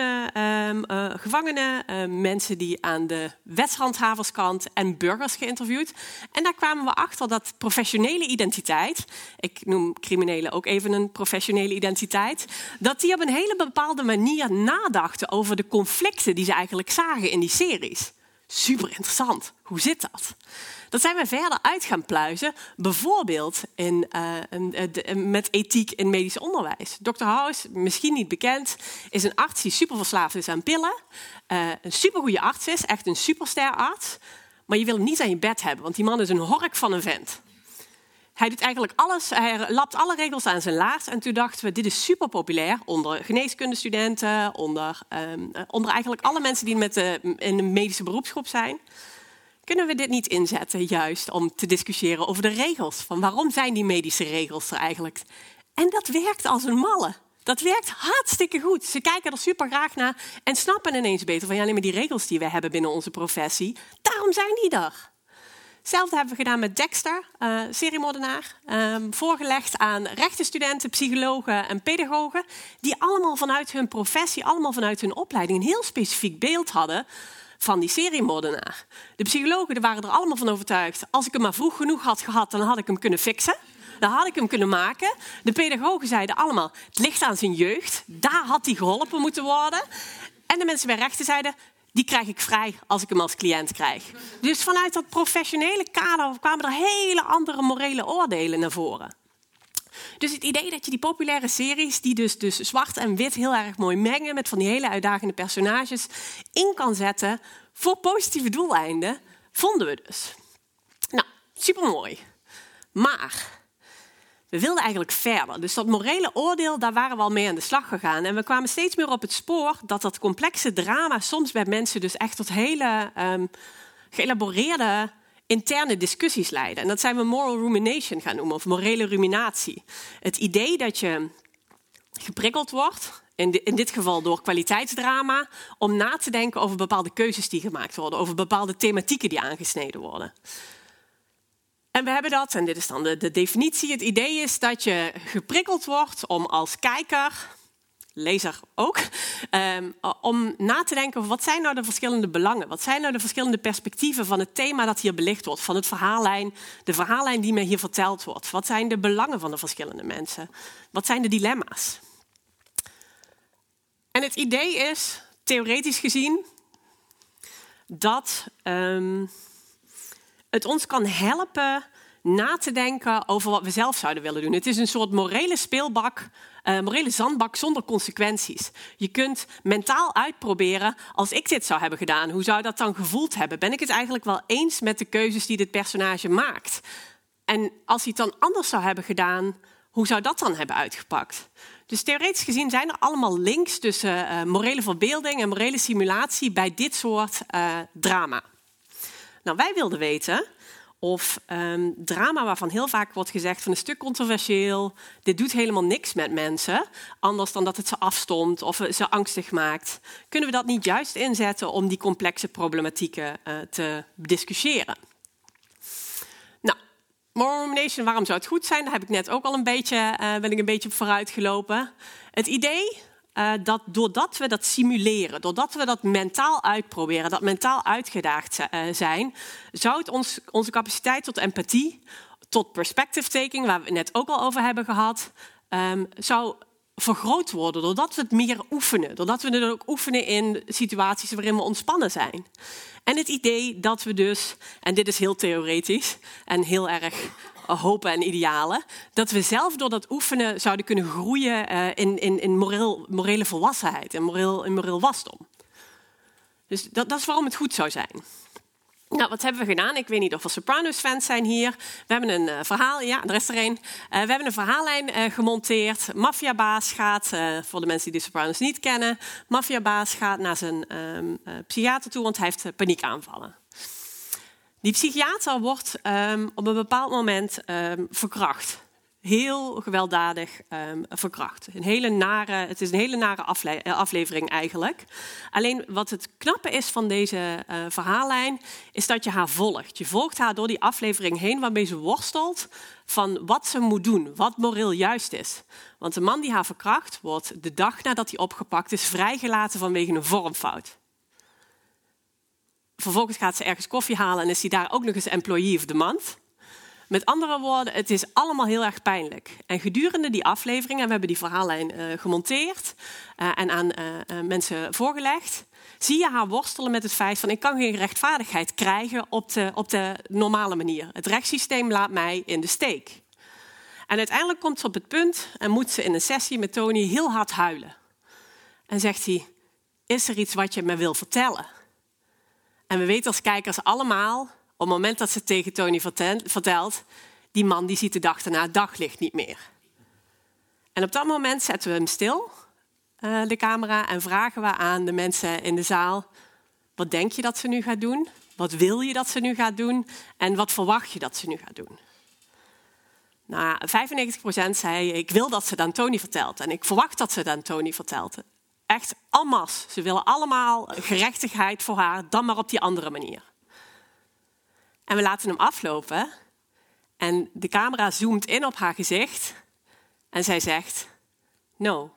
gevangenen, mensen die aan de wetshandhaverskant en burgers geïnterviewd. En daar kwamen we achter dat professionele identiteit, ik noem criminelen ook even een professionele identiteit, dat die op een hele bepaalde manier nadachten over de conflicten die ze eigenlijk zagen in die series. Super interessant. Hoe zit dat? Dat zijn we verder uit gaan pluizen, bijvoorbeeld met ethiek in medisch onderwijs. Dr. House, misschien niet bekend, is een arts die super verslaafd is aan pillen. Een supergoeie arts is, echt een supersterarts. Maar je wil hem niet aan je bed hebben, want die man is een hork van een vent. Hij doet eigenlijk alles, hij lapt alle regels aan zijn laars. En toen dachten we, dit is super populair onder geneeskundestudenten, onder eigenlijk alle mensen die in de medische beroepsgroep zijn. Kunnen we dit niet inzetten juist om te discussiëren over de regels? Van waarom zijn die medische regels er eigenlijk? En dat werkt als een malle. Dat werkt hartstikke goed. Ze kijken er super graag naar en snappen ineens beter van alleen maar die regels die we hebben binnen onze professie. Daarom zijn die er. Hetzelfde hebben we gedaan met Dexter, seriemoordenaar. Voorgelegd aan rechtenstudenten, psychologen en pedagogen. Die allemaal vanuit hun professie, allemaal vanuit hun opleiding een heel specifiek beeld hadden van die seriemoordenaar. De psychologen waren er allemaal van overtuigd. Als ik hem maar vroeg genoeg had gehad, dan had ik hem kunnen fixen. Dan had ik hem kunnen maken. De pedagogen zeiden allemaal, het ligt aan zijn jeugd. Daar had hij geholpen moeten worden. En de mensen bij rechten zeiden, die krijg ik vrij als ik hem als cliënt krijg. Dus vanuit dat professionele kader kwamen er hele andere morele oordelen naar voren. Dus het idee dat je die populaire series, die dus zwart en wit heel erg mooi mengen met van die hele uitdagende personages, in kan zetten voor positieve doeleinden, vonden we dus. Nou, supermooi. Maar we wilden eigenlijk verder. Dus dat morele oordeel, daar waren we al mee aan de slag gegaan. En we kwamen steeds meer op het spoor dat complexe drama soms bij mensen dus echt tot hele geëlaboreerde interne discussies leiden. En dat zijn we moral rumination gaan noemen, of morele ruminatie. Het idee dat je geprikkeld wordt, in dit geval door kwaliteitsdrama, om na te denken over bepaalde keuzes die gemaakt worden, over bepaalde thematieken die aangesneden worden. En we hebben dat, en dit is dan de definitie. Het idee is dat je geprikkeld wordt om als kijker, lezer ook, om na te denken over wat zijn nou de verschillende belangen? Wat zijn nou de verschillende perspectieven van het thema dat hier belicht wordt? Van het verhaallijn, de verhaallijn die me hier verteld wordt. Wat zijn de belangen van de verschillende mensen? Wat zijn de dilemma's? En het idee is, theoretisch gezien, dat het ons kan helpen na te denken over wat we zelf zouden willen doen. Het is een soort morele speelbak, morele zandbak zonder consequenties. Je kunt mentaal uitproberen, als ik dit zou hebben gedaan, hoe zou dat dan gevoeld hebben? Ben ik het eigenlijk wel eens met de keuzes die dit personage maakt? En als hij het dan anders zou hebben gedaan, hoe zou dat dan hebben uitgepakt? Dus theoretisch gezien zijn er allemaal links tussen morele verbeelding en morele simulatie bij dit soort drama. Nou, wij wilden weten of drama waarvan heel vaak wordt gezegd van een stuk controversieel, dit doet helemaal niks met mensen, anders dan dat het ze afstomt of ze angstig maakt. Kunnen we dat niet juist inzetten om die complexe problematieken te discussiëren? Nou, moral rumination, waarom zou het goed zijn? Daar heb ik net ook al ben ik een beetje op vooruit gelopen. Het idee dat doordat we dat simuleren, doordat we dat mentaal uitproberen, dat mentaal uitgedaagd zijn, zou het onze capaciteit tot empathie, tot perspective taking, waar we het net ook al over hebben gehad, zou vergroot worden doordat we het meer oefenen. Doordat we het ook oefenen in situaties waarin we ontspannen zijn. En het idee dat we dus, en dit is heel theoretisch en heel erg hopen en idealen, dat we zelf door dat oefenen zouden kunnen groeien in morele volwassenheid en moreel wasdom. Dus dat is waarom het goed zou zijn. Nou, wat hebben we gedaan? Ik weet niet of er Sopranos-fans zijn hier. We hebben een verhaal, ja, er is er een. We hebben een verhaallijn gemonteerd. Maffiabaas gaat, voor de mensen die de Sopranos niet kennen, maffiabaas gaat naar zijn psychiater toe, want hij heeft paniekaanvallen. Die psychiater wordt op een bepaald moment verkracht. Heel gewelddadig verkracht. Het is een hele nare aflevering eigenlijk. Alleen wat het knappe is van deze verhaallijn, is dat je haar volgt. Je volgt haar door die aflevering heen waarmee ze worstelt van wat ze moet doen, wat moreel juist is. Want de man die haar verkracht wordt de dag nadat hij opgepakt is vrijgelaten vanwege een vormfout. Vervolgens gaat ze ergens koffie halen en is hij daar ook nog eens employee of the month. Met andere woorden, het is allemaal heel erg pijnlijk. En gedurende die aflevering, en we hebben die verhaallijn gemonteerd en aan mensen voorgelegd, zie je haar worstelen met het feit van ik kan geen rechtvaardigheid krijgen op de normale manier. Het rechtssysteem laat mij in de steek. En uiteindelijk komt ze op het punt en moet ze in een sessie met Tony heel hard huilen. En zegt hij, is er iets wat je me wil vertellen? En we weten als kijkers allemaal, op het moment dat ze tegen Tony vertelt, die man die ziet de dag daarna het daglicht niet meer. En op dat moment zetten we hem stil, de camera, en vragen we aan de mensen in de zaal, wat denk je dat ze nu gaat doen? Wat wil je dat ze nu gaat doen? En wat verwacht je dat ze nu gaat doen? Nou, 95% zei, ik wil dat ze het aan Tony vertelt. En ik verwacht dat ze het aan Tony vertelt. Echt en masse. Ze willen allemaal gerechtigheid voor haar, dan maar op die andere manier. En we laten hem aflopen. En de camera zoomt in op haar gezicht. En zij zegt, no,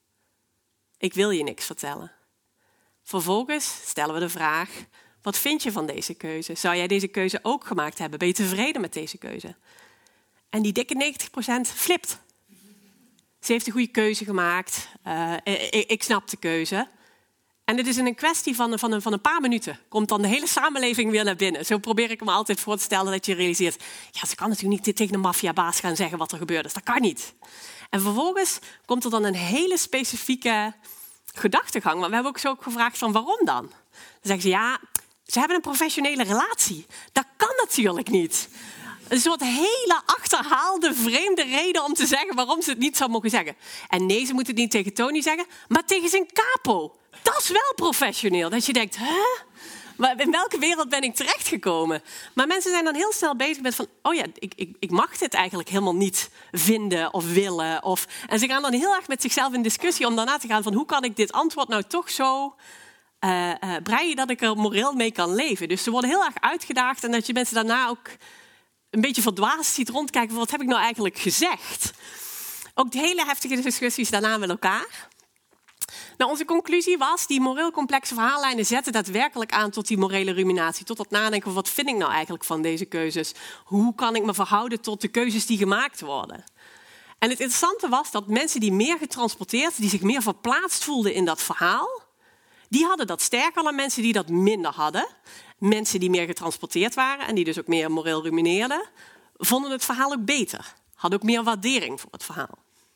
ik wil je niks vertellen. Vervolgens stellen we de vraag, wat vind je van deze keuze? Zou jij deze keuze ook gemaakt hebben? Ben je tevreden met deze keuze? En die dikke 90% flipt. Ze heeft een goede keuze gemaakt. Ik snap de keuze. En het is in een kwestie van een paar minuten. Komt dan de hele samenleving weer naar binnen. Zo probeer ik me altijd voor te stellen dat je realiseert, ja, ze kan natuurlijk niet tegen een maffiabaas gaan zeggen wat er gebeurd is. Dat kan niet. En vervolgens komt er dan een hele specifieke gedachtegang. Want we hebben ook zo gevraagd van waarom dan? Dan zeggen ze, ja, ze hebben een professionele relatie. Dat kan natuurlijk niet. Een soort hele achterhaalde, vreemde reden om te zeggen waarom ze het niet zou mogen zeggen. En nee, ze moeten het niet tegen Tony zeggen, maar tegen zijn capo. Dat is wel professioneel. Dat je denkt, hè? Maar in welke wereld ben ik terechtgekomen? Maar mensen zijn dan heel snel bezig met van, oh ja, ik mag dit eigenlijk helemaal niet vinden of willen. En ze gaan dan heel erg met zichzelf in discussie om daarna te gaan van, hoe kan ik dit antwoord nou toch zo breien dat ik er moreel mee kan leven. Dus ze worden heel erg uitgedaagd en dat je mensen daarna ook een beetje verdwaasd ziet rondkijken van, wat heb ik nou eigenlijk gezegd? Ook de hele heftige discussies daarna met elkaar. Nou, onze conclusie was, die moreel complexe verhaallijnen zetten daadwerkelijk aan tot die morele ruminatie. Tot dat nadenken van, wat vind ik nou eigenlijk van deze keuzes? Hoe kan ik me verhouden tot de keuzes die gemaakt worden? En het interessante was dat mensen die meer getransporteerd, die zich meer verplaatst voelden in dat verhaal, die hadden dat sterker dan mensen die dat minder hadden. Mensen die meer getransporteerd waren en die dus ook meer moreel rumineerden, vonden het verhaal ook beter. Hadden ook meer waardering voor het verhaal.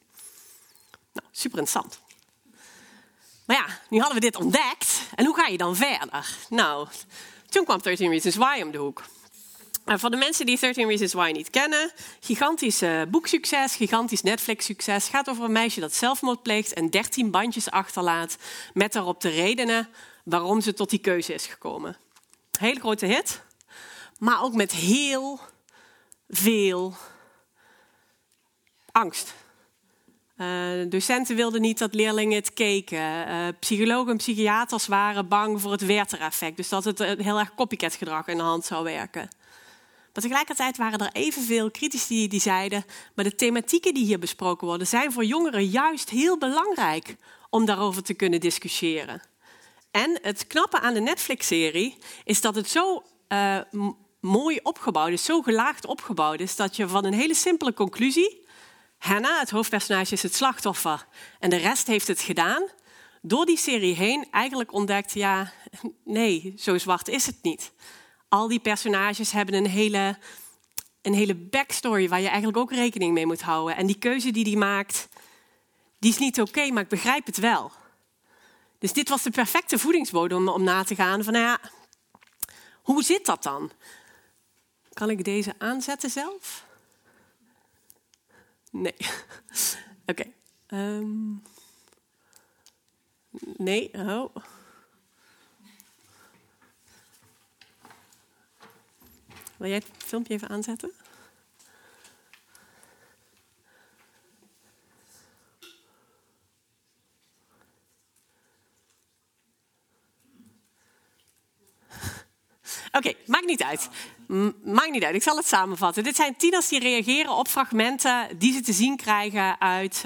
Nou, super interessant. Maar ja, nu hadden we dit ontdekt. En hoe ga je dan verder? Nou, toen kwam 13 Reasons Why om de hoek. En voor de mensen die 13 Reasons Why niet kennen, gigantisch boeksucces, gigantisch Netflix-succes. Gaat over een meisje dat zelfmoord pleegt en 13 bandjes achterlaat met daarop de redenen waarom ze tot die keuze is gekomen. Hele grote hit, maar ook met heel veel angst. Docenten wilden niet dat leerlingen het keken. Psychologen en psychiaters waren bang voor het Werther-effect. Dus dat het heel erg copycat gedrag in de hand zou werken. Maar tegelijkertijd waren er evenveel critici die zeiden, maar de thematieken die hier besproken worden zijn voor jongeren juist heel belangrijk om daarover te kunnen discussiëren. En het knappe aan de Netflix-serie is dat het zo mooi opgebouwd is, zo gelaagd opgebouwd is, dat je van een hele simpele conclusie, Hannah, het hoofdpersonage, is het slachtoffer en de rest heeft het gedaan, door die serie heen eigenlijk ontdekt, ja, nee, zo zwart is het niet. Al die personages hebben een hele backstory waar je eigenlijk ook rekening mee moet houden. En die keuze die hij maakt, die is niet oké, maar ik begrijp het wel. Dus dit was de perfecte voedingsbodem om na te gaan van, nou ja, hoe zit dat dan? Kan ik deze aanzetten zelf? Nee. Oké. Nee. Oh. Wil jij het filmpje even aanzetten? Oké, maakt niet uit. Maakt niet uit, ik zal het samenvatten. Dit zijn tieners die reageren op fragmenten die ze te zien krijgen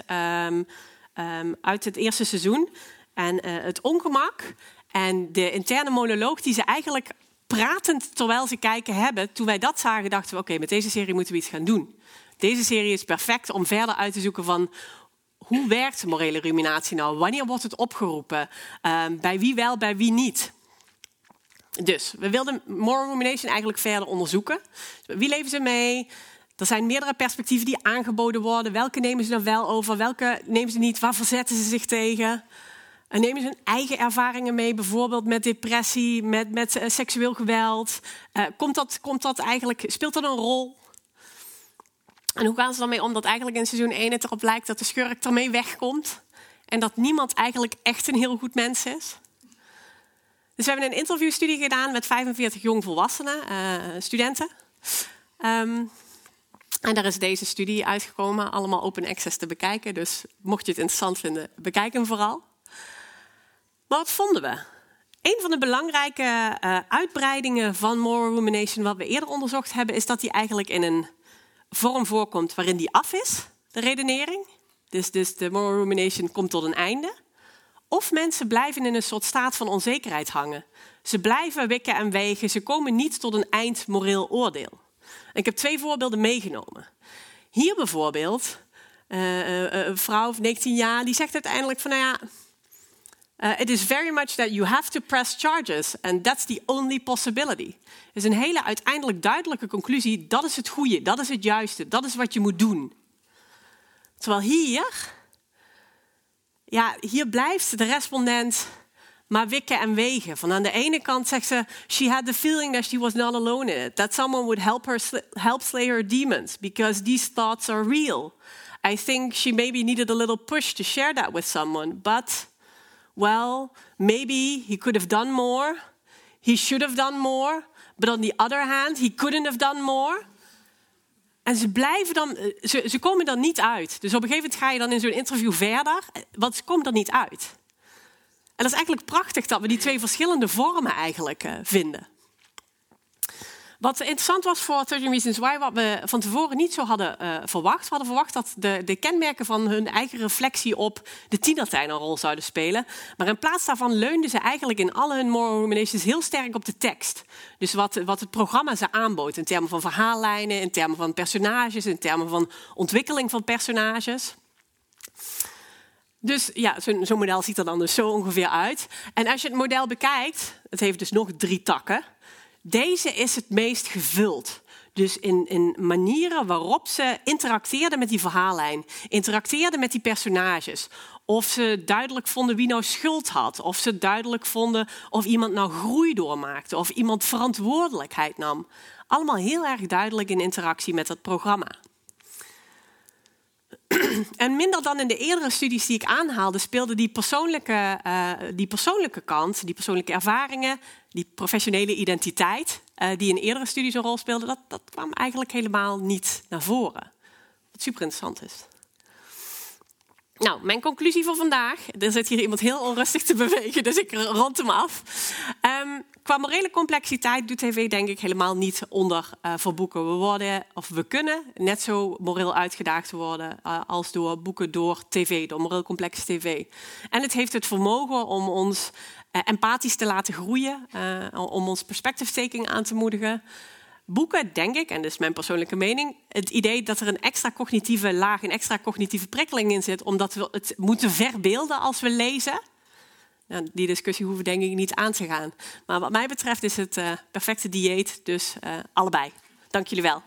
uit het eerste seizoen. En het ongemak en de interne monoloog die ze eigenlijk pratend terwijl ze kijken hebben. Toen wij dat zagen, dachten we, oké, met deze serie moeten we iets gaan doen. Deze serie is perfect om verder uit te zoeken van, hoe werkt morele ruminatie nou? Wanneer wordt het opgeroepen? Bij wie wel, bij wie niet? Dus we wilden moral rumination eigenlijk verder onderzoeken. Wie leven ze mee? Er zijn meerdere perspectieven die aangeboden worden. Welke nemen ze dan wel over? Welke nemen ze niet? Waar verzetten ze zich tegen? En nemen ze hun eigen ervaringen mee, bijvoorbeeld met depressie, met seksueel geweld? Komt dat eigenlijk, speelt dat een rol? En hoe gaan ze dan mee om dat eigenlijk in seizoen 1 het erop lijkt dat de schurk ermee wegkomt? En dat niemand eigenlijk echt een heel goed mens is? Dus we hebben een interviewstudie gedaan met 45 jongvolwassenen, studenten. En daar is deze studie uitgekomen, allemaal open access te bekijken. Dus mocht je het interessant vinden, bekijk hem vooral. Maar wat vonden we? Een van de belangrijke uitbreidingen van moral rumination wat we eerder onderzocht hebben, is dat die eigenlijk in een vorm voorkomt waarin die af is, de redenering. Dus de moral rumination komt tot een einde. Of mensen blijven in een soort staat van onzekerheid hangen. Ze blijven wikken en wegen, ze komen niet tot een eindmoreel oordeel. En ik heb 2 voorbeelden meegenomen. Hier bijvoorbeeld, een vrouw van 19 jaar, die zegt uiteindelijk van, nou ja, it is very much that you have to press charges and that's the only possibility. Het is een hele uiteindelijk duidelijke conclusie, dat is het goede, dat is het juiste, dat is wat je moet doen. Terwijl hier blijft de respondent maar wikken en wegen. Van aan de ene kant zegt ze, she had the feeling that she was not alone in it. That someone would help slay her demons, because these thoughts are real. I think she maybe needed a little push to share that with someone. But, well, maybe he could have done more. He should have done more. But on the other hand, he couldn't have done more. En ze komen er niet uit. Dus op een gegeven moment ga je dan in zo'n interview verder, want ze komen er niet uit. En dat is eigenlijk prachtig dat we die 2 verschillende vormen eigenlijk vinden. Wat interessant was voor 13 Reasons Why, wat we van tevoren niet zo hadden verwacht. We hadden verwacht dat de kenmerken van hun eigen reflectie op de tienertijd een rol zouden spelen. Maar in plaats daarvan leunden ze eigenlijk in alle hun moral ruminations heel sterk op de tekst. Dus wat het programma ze aanbood in termen van verhaallijnen, in termen van personages, in termen van ontwikkeling van personages. Dus ja, zo'n model ziet er dan dus zo ongeveer uit. En als je het model bekijkt, het heeft dus nog 3 takken. Deze is het meest gevuld. Dus in manieren waarop ze interacteerden met die verhaallijn. Interacteerden met die personages. Of ze duidelijk vonden wie nou schuld had. Of ze duidelijk vonden of iemand nou groei doormaakte. Of iemand verantwoordelijkheid nam. Allemaal heel erg duidelijk in interactie met het programma. En minder dan in de eerdere studies die ik aanhaalde, speelde die persoonlijke kant, die persoonlijke ervaringen, die professionele identiteit, die in eerdere studies een rol speelde, dat kwam eigenlijk helemaal niet naar voren. Wat super interessant is. Nou, mijn conclusie voor vandaag. Er zit hier iemand heel onrustig te bewegen, dus ik rond hem af. Qua morele complexiteit doet tv denk ik helemaal niet onder voor boeken. We kunnen net zo moreel uitgedaagd worden als door boeken door tv, door moreel complexe tv. En het heeft het vermogen om ons empathisch te laten groeien, om ons perspective taking aan te moedigen. Boeken, denk ik, en dat is mijn persoonlijke mening, het idee dat er een extra cognitieve laag, een extra cognitieve prikkeling in zit, omdat we het moeten verbeelden als we lezen. Nou, die discussie hoeven we denk ik niet aan te gaan. Maar wat mij betreft is het perfecte dieet, dus allebei. Dank jullie wel.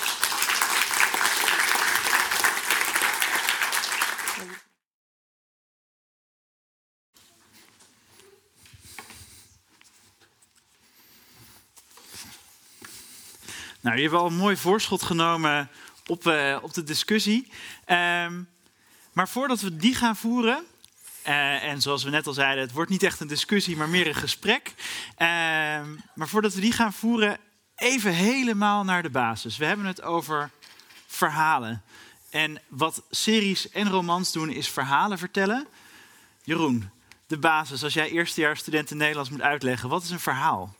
Nou, je hebt al een mooi voorschot genomen op de discussie. Maar voordat we die gaan voeren, en zoals we net al zeiden, het wordt niet echt een discussie, maar meer een gesprek. Maar voordat we die gaan voeren, even helemaal naar de basis. We hebben het over verhalen. En wat series en romans doen, is verhalen vertellen. Jeroen, de basis, als jij eerstejaarsstudent in Nederlands moet uitleggen, wat is een verhaal?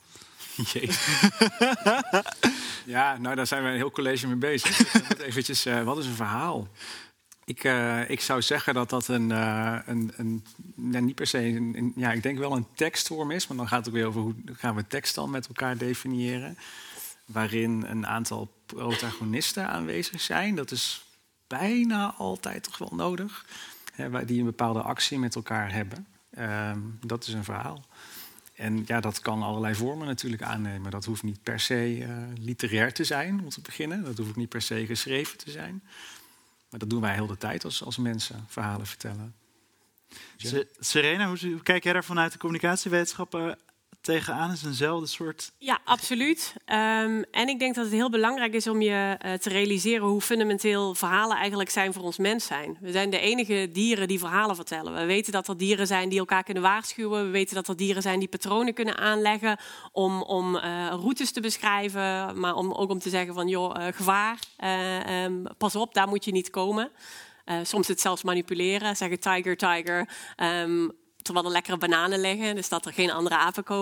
Ja, nou daar zijn we een heel college mee bezig. Eventjes, wat is een verhaal? Ik zou zeggen dat dat niet per se ik denk wel een tekstvorm is, maar dan gaat het ook weer over hoe gaan we tekst dan met elkaar definiëren. Waarin een aantal protagonisten aanwezig zijn. Dat is bijna altijd toch wel nodig. Die een bepaalde actie met elkaar hebben. Dat is een verhaal. En ja, dat kan allerlei vormen natuurlijk aannemen. Dat hoeft niet per se literair te zijn, om te beginnen. Dat hoeft ook niet per se geschreven te zijn. Maar dat doen wij heel de tijd als mensen verhalen vertellen. Serena, hoe kijk jij daar vanuit de communicatiewetenschappen tegenaan? Is eenzelfde soort... Ja, absoluut. En ik denk dat het heel belangrijk is om je te realiseren hoe fundamenteel verhalen eigenlijk zijn voor ons mens zijn. We zijn de enige dieren die verhalen vertellen. We weten dat er dieren zijn die elkaar kunnen waarschuwen. We weten dat er dieren zijn die patronen kunnen aanleggen om routes te beschrijven. Maar ook om te zeggen van, joh, gevaar, pas op, daar moet je niet komen. Soms het zelfs manipuleren, zeggen tiger, tiger. Terwijl er lekkere bananen liggen, dus dat er geen andere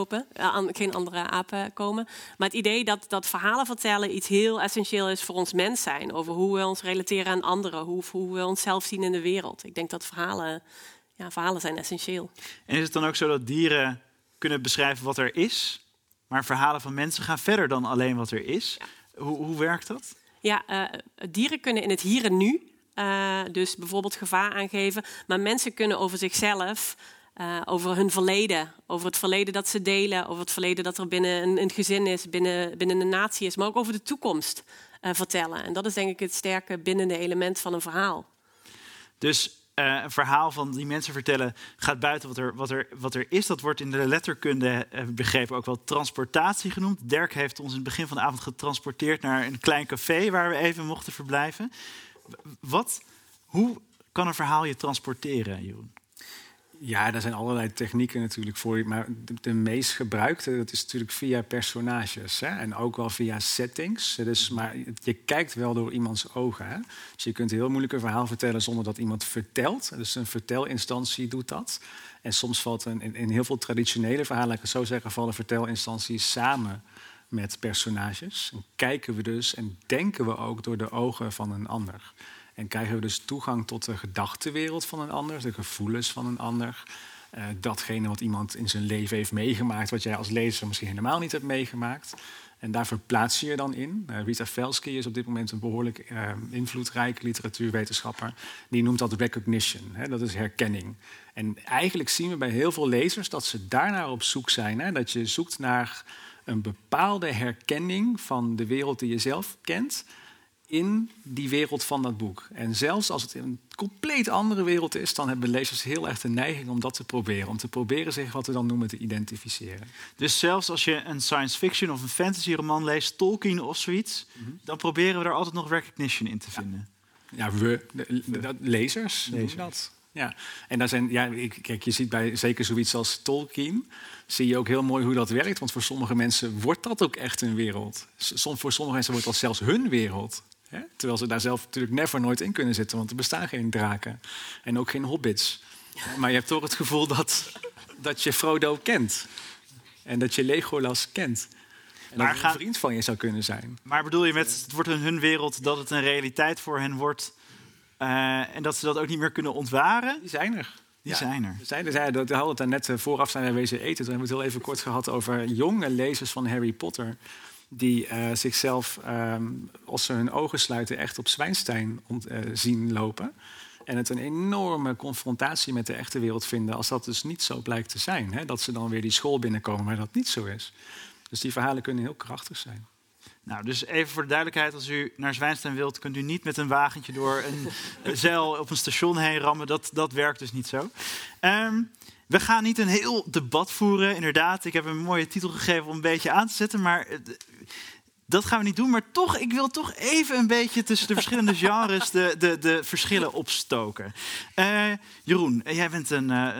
apen komen. Maar het idee dat verhalen vertellen iets heel essentieel is voor ons mens zijn. Over hoe we ons relateren aan anderen, hoe we onszelf zien in de wereld. Ik denk dat verhalen zijn essentieel. En is het dan ook zo dat dieren kunnen beschrijven wat er is, maar verhalen van mensen gaan verder dan alleen wat er is? Ja. Hoe werkt dat? Ja, dieren kunnen in het hier en nu, dus bijvoorbeeld gevaar aangeven. Maar mensen kunnen over zichzelf... over hun verleden, over het verleden dat ze delen, over het verleden dat er binnen een gezin is, binnen een natie is, maar ook over de toekomst vertellen. En dat is denk ik het sterke bindende element van een verhaal. Dus een verhaal van die mensen vertellen gaat buiten wat er is. Dat wordt in de letterkunde begrepen ook wel transportatie genoemd. Dirk heeft ons in het begin van de avond getransporteerd naar een klein café waar we even mochten verblijven. Hoe kan een verhaal je transporteren, Jeroen? Ja, daar zijn allerlei technieken natuurlijk voor. Maar de meest gebruikte, dat is natuurlijk via personages. Hè? En ook wel via settings. Dus, maar je kijkt wel door iemands ogen. Hè? Dus je kunt een heel moeilijk een verhaal vertellen zonder dat iemand vertelt. Dus een vertelinstantie doet dat. En soms valt in heel veel traditionele verhalen, laat ik het zo zeggen, vallen vertelinstanties samen met personages. En kijken we dus en denken we ook door de ogen van een ander. En krijgen we dus toegang tot de gedachtenwereld van een ander, de gevoelens van een ander. Datgene wat iemand in zijn leven heeft meegemaakt, wat jij als lezer misschien helemaal niet hebt meegemaakt. En daar verplaats je je dan in. Rita Felsky is op dit moment een behoorlijk invloedrijke literatuurwetenschapper. Die noemt dat recognition, hè? Dat is herkenning. En eigenlijk zien we bij heel veel lezers dat ze daarnaar op zoek zijn. Hè? Dat je zoekt naar een bepaalde herkenning van de wereld die je zelf kent in die wereld van dat boek. En zelfs als het in een compleet andere wereld is, dan hebben lezers heel erg de neiging om dat te proberen. Om te proberen zich wat we dan noemen te identificeren. Dus zelfs als je een science fiction of een fantasy roman leest, Tolkien of zoiets, dan proberen we er altijd nog recognition in te vinden. Ja, lezers doen dat. Ja. En daar zijn, kijk, je ziet bij zeker zoiets als Tolkien, zie je ook heel mooi hoe dat werkt. Want voor sommige mensen wordt dat ook echt een wereld. Voor sommige mensen wordt dat zelfs hun wereld. Hè? Terwijl ze daar zelf natuurlijk nooit in kunnen zitten. Want er bestaan geen draken. En ook geen hobbits. Maar je hebt toch het gevoel dat je Frodo kent. En dat je Legolas kent. En dat een vriend van je zou kunnen zijn. Maar bedoel je met het wordt hun wereld dat het een realiteit voor hen wordt en dat ze dat ook niet meer kunnen ontwaren? Die zijn er. Die zijn er. We hadden het daar net vooraf zijn wij wezen eten. Toen hebben we het heel even kort gehad over jonge lezers van Harry Potter die zichzelf, als ze hun ogen sluiten, echt op Zwijnstein zien lopen. En het een enorme confrontatie met de echte wereld vinden als dat dus niet zo blijkt te zijn. Hè? Dat ze dan weer die school binnenkomen waar dat niet zo is. Dus die verhalen kunnen heel krachtig zijn. Nou, dus even voor de duidelijkheid, als u naar Zwijnstein wilt, kunt u niet met een wagentje door een zeil op een station heen rammen. Dat werkt dus niet zo. We gaan niet een heel debat voeren, inderdaad. Ik heb een mooie titel gegeven om een beetje aan te zetten, maar dat gaan we niet doen. Maar toch, ik wil toch even een beetje tussen de verschillende genres de verschillen opstoken. Jeroen, jij bent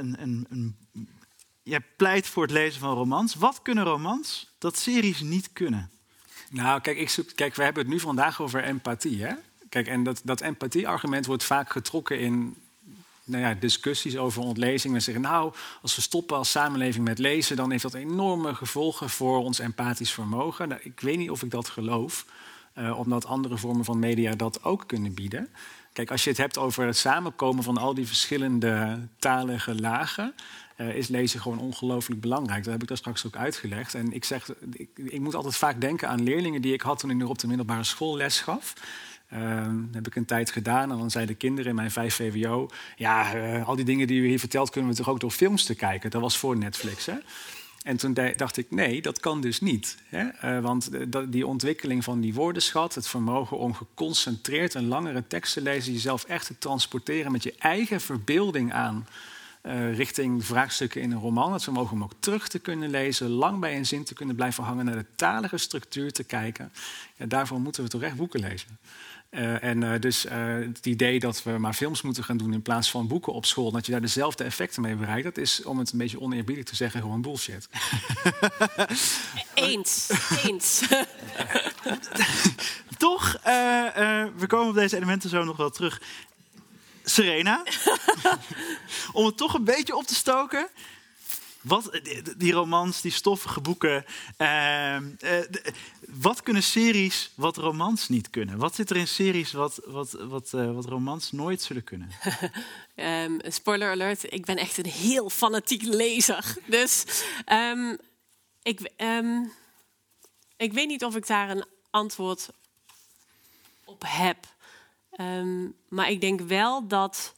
jij pleit voor het lezen van romans. Wat kunnen romans dat series niet kunnen? Nou, kijk, we hebben het nu vandaag over empathie. Hè? Kijk, en dat empathie-argument wordt vaak getrokken in discussies over ontlezing. We zeggen, als we stoppen als samenleving met lezen, dan heeft dat enorme gevolgen voor ons empathisch vermogen. Nou, ik weet niet of ik dat geloof, omdat andere vormen van media dat ook kunnen bieden. Kijk, als je het hebt over het samenkomen van al die verschillende talige lagen, is lezen gewoon ongelooflijk belangrijk. Dat heb ik daar straks ook uitgelegd. En ik moet altijd vaak denken aan leerlingen die ik had toen ik nog op de middelbare school les gaf. Dat heb ik een tijd gedaan. En dan zeiden kinderen in mijn 5 VWO... al die dingen die u hier vertelt kunnen we toch ook door films te kijken. Dat was voor Netflix, hè? En toen dacht ik, nee, dat kan dus niet. Hè? Want die ontwikkeling van die woordenschat, het vermogen om geconcentreerd een langere tekst te lezen, jezelf echt te transporteren met je eigen verbeelding aan richting vraagstukken in een roman. Dat we mogen hem ook terug te kunnen lezen, lang bij een zin te kunnen blijven hangen, naar de talige structuur te kijken. Ja, daarvoor moeten we toch echt boeken lezen. Dus het idee dat we maar films moeten gaan doen in plaats van boeken op school, dat je daar dezelfde effecten mee bereikt, dat is, om het een beetje oneerbiedig te zeggen, gewoon bullshit. Eens. Toch, we komen op deze elementen zo nog wel terug. Serena, om het toch een beetje op te stoken. Wat, die romans, die stoffige boeken. Wat kunnen series wat romans niet kunnen? Wat zit er in series wat romans nooit zullen kunnen? Spoiler alert, ik ben echt een heel fanatiek lezer. Dus ik weet niet of ik daar een antwoord op heb. Maar ik denk wel dat...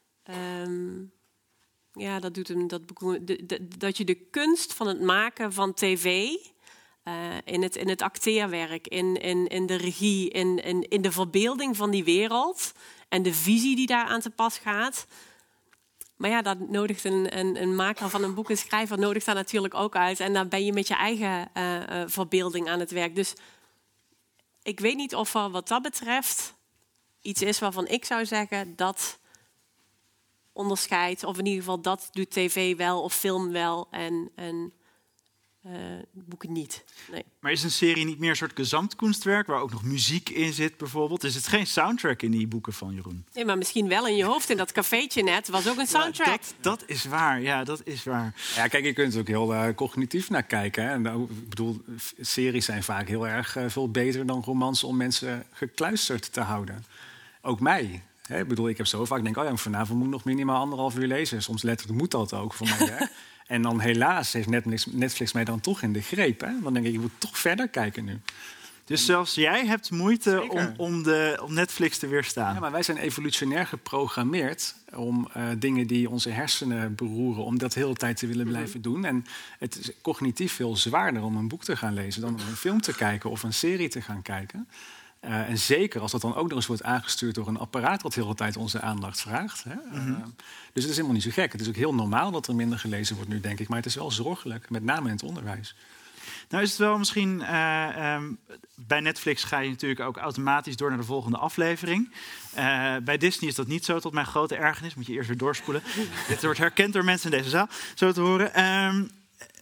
dat je de kunst van het maken van tv... in het acteerwerk, in de regie, in de verbeelding van die wereld... en de visie die daar aan te pas gaat... Maar ja, dat nodigt een maker van een boek, een schrijver, nodigt daar natuurlijk ook uit. En dan ben je met je eigen verbeelding aan het werk. Dus ik weet niet of er wat dat betreft iets is waarvan ik zou zeggen dat onderscheidt. Of in ieder geval dat doet tv wel of film wel en boeken niet. Nee. Maar is een serie niet meer een soort gezamtkunstwerk waar ook nog muziek in zit bijvoorbeeld? Is het geen soundtrack in die boeken van Jeroen? Nee, maar misschien wel in je hoofd. In dat cafeetje net was ook een soundtrack. Ja, dat is waar, ja, dat is waar. Ja, kijk, je kunt er ook heel cognitief naar kijken. Hè? En, ik bedoel, series zijn vaak heel erg veel beter dan romans om mensen gekluisterd te houden. Ook mij. Hè? Ik bedoel, ik heb zo vaak denk, vanavond moet ik nog minimaal 1,5 uur lezen. Soms letterlijk moet dat ook voor mij werk. En dan helaas heeft Netflix mij dan toch in de greep. Hè? Dan denk ik moet toch verder kijken nu. Dus zelfs jij hebt moeite om Netflix te weerstaan. Ja, maar wij zijn evolutionair geprogrammeerd om dingen die onze hersenen beroeren, om dat de hele tijd te willen blijven doen. En het is cognitief veel zwaarder om een boek te gaan lezen dan om een film te kijken of een serie te gaan kijken. En zeker als dat dan ook nog eens wordt aangestuurd door een apparaat wat de hele tijd onze aandacht vraagt. Hè? Dus het is helemaal niet zo gek. Het is ook heel normaal dat er minder gelezen wordt nu, denk ik. Maar het is wel zorgelijk, met name in het onderwijs. Nou is het wel misschien... bij Netflix ga je natuurlijk ook automatisch door naar de volgende aflevering. Bij Disney is dat niet zo, tot mijn grote ergernis. Moet je eerst weer doorspoelen. Dit wordt herkend door mensen in deze zaal, zo te horen.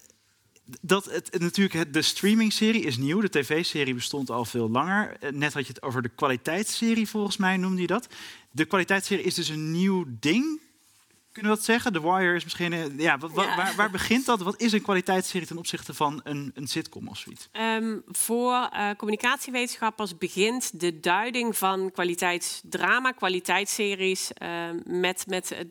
De streaming-serie is nieuw. De tv-serie bestond al veel langer. Net had je het over de kwaliteitsserie, volgens mij noemde je dat. De kwaliteitsserie is dus een nieuw ding. Kunnen we dat zeggen? The Wire is misschien... Waar begint dat? Wat is een kwaliteitsserie ten opzichte van een sitcom of zoiets? Voor communicatiewetenschappers begint de duiding van kwaliteitsdrama, kwaliteitsseries met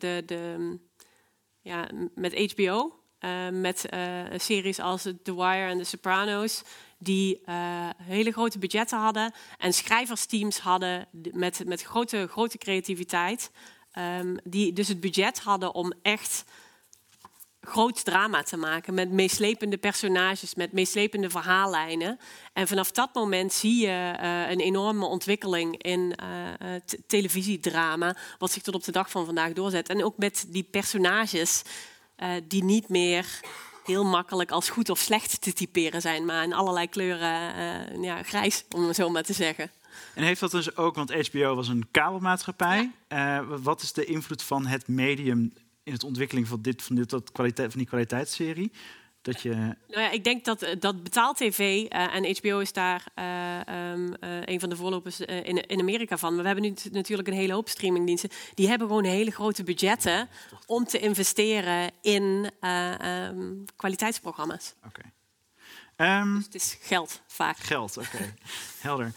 HBO. Met series als The Wire en The Sopranos, die hele grote budgetten hadden en schrijversteams hadden met grote creativiteit, die dus het budget hadden om echt groot drama te maken met meeslepende personages, met meeslepende verhaallijnen. En vanaf dat moment zie je een enorme ontwikkeling in televisiedrama, wat zich tot op de dag van vandaag doorzet. En ook met die personages die niet meer heel makkelijk als goed of slecht te typeren zijn, maar in allerlei kleuren grijs, om het zo maar te zeggen. En heeft dat dus ook, want HBO was een kabelmaatschappij. Ja. Wat is de invloed van het medium in het ontwikkeling van die kwaliteitsserie? Ik denk dat betaal-tv en HBO is daar een van de voorlopers in Amerika van. Maar we hebben nu natuurlijk een hele hoop streamingdiensten. Die hebben gewoon hele grote budgetten om te investeren in kwaliteitsprogramma's. Okay. Dus het is geld vaak. Geld, oké. Helder.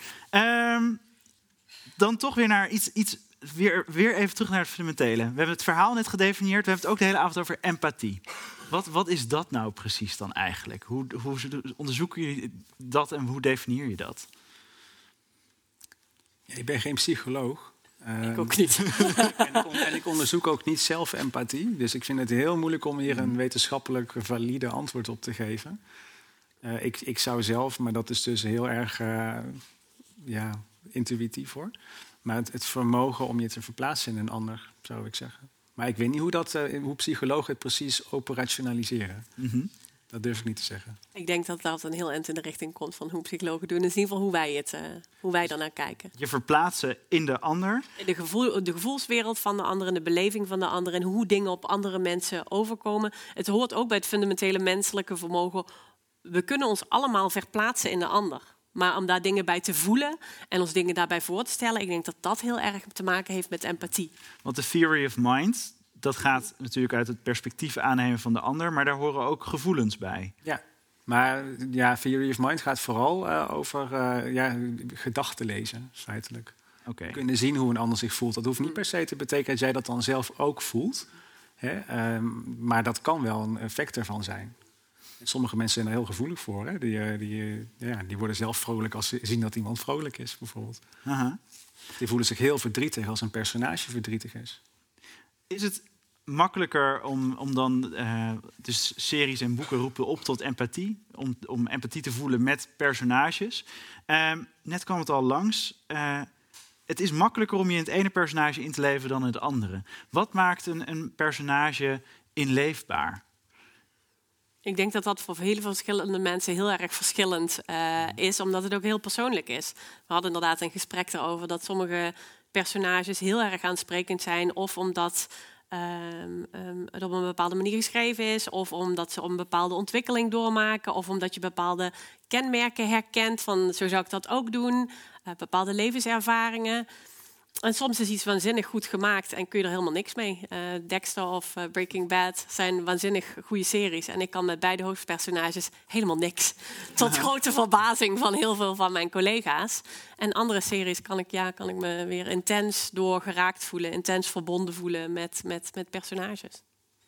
Dan toch weer naar iets weer even terug naar het fundamentele. We hebben het verhaal net gedefinieerd. We hebben het ook de hele avond over empathie. Wat is dat nou precies dan eigenlijk? Hoe onderzoeken jullie dat en hoe definieer je dat? Ja, ik ben geen psycholoog. Ik ook niet. En ik onderzoek ook niet zelf empathie. Dus ik vind het heel moeilijk om hier een wetenschappelijk valide antwoord op te geven. Ik zou zelf, maar dat is dus heel erg intuïtief hoor. Maar het vermogen om je te verplaatsen in een ander, zou ik zeggen. Maar ik weet niet hoe psychologen het precies operationaliseren. Mhm. Dat durf ik niet te zeggen. Ik denk dat dat een heel eind in de richting komt van hoe psychologen doen. Dus in ieder geval hoe wij daarnaar kijken. Je verplaatsen in de ander. De gevoelswereld van de ander en de beleving van de ander en hoe dingen op andere mensen overkomen. Het hoort ook bij het fundamentele menselijke vermogen. We kunnen ons allemaal verplaatsen in de ander. Maar om daar dingen bij te voelen en ons dingen daarbij voor te stellen, ik denk dat dat heel erg te maken heeft met empathie. Want de theory of mind, dat gaat natuurlijk uit het perspectief aannemen van de ander, maar daar horen ook gevoelens bij. Ja, maar theory of mind gaat vooral over gedachten lezen, feitelijk. Oké. Kunnen zien hoe een ander zich voelt. Dat hoeft niet per se te betekenen dat jij dat dan zelf ook voelt. Hè? Maar dat kan wel een effect ervan zijn. En sommige mensen zijn er heel gevoelig voor. Hè? Die worden zelf vrolijk als ze zien dat iemand vrolijk is, bijvoorbeeld. Aha. Die voelen zich heel verdrietig als een personage verdrietig is. Is het makkelijker om dan... dus series en boeken roepen op tot empathie. Om empathie te voelen met personages. Net kwam het al langs. Het is makkelijker om je in het ene personage in te leven dan in het andere. Wat maakt een personage inleefbaar? Ik denk dat dat voor hele verschillende mensen heel erg verschillend is, omdat het ook heel persoonlijk is. We hadden inderdaad een gesprek erover dat sommige personages heel erg aansprekend zijn, of omdat het op een bepaalde manier geschreven is, of omdat ze een bepaalde ontwikkeling doormaken, of omdat je bepaalde kenmerken herkent van zo zou ik dat ook doen, bepaalde levenservaringen. En soms is iets waanzinnig goed gemaakt en kun je er helemaal niks mee. Dexter of Breaking Bad zijn waanzinnig goede series. En ik kan met beide hoofdpersonages helemaal niks. Tot grote verbazing van heel veel van mijn collega's. En andere series kan ik me weer intens door geraakt voelen. Intens verbonden voelen met personages.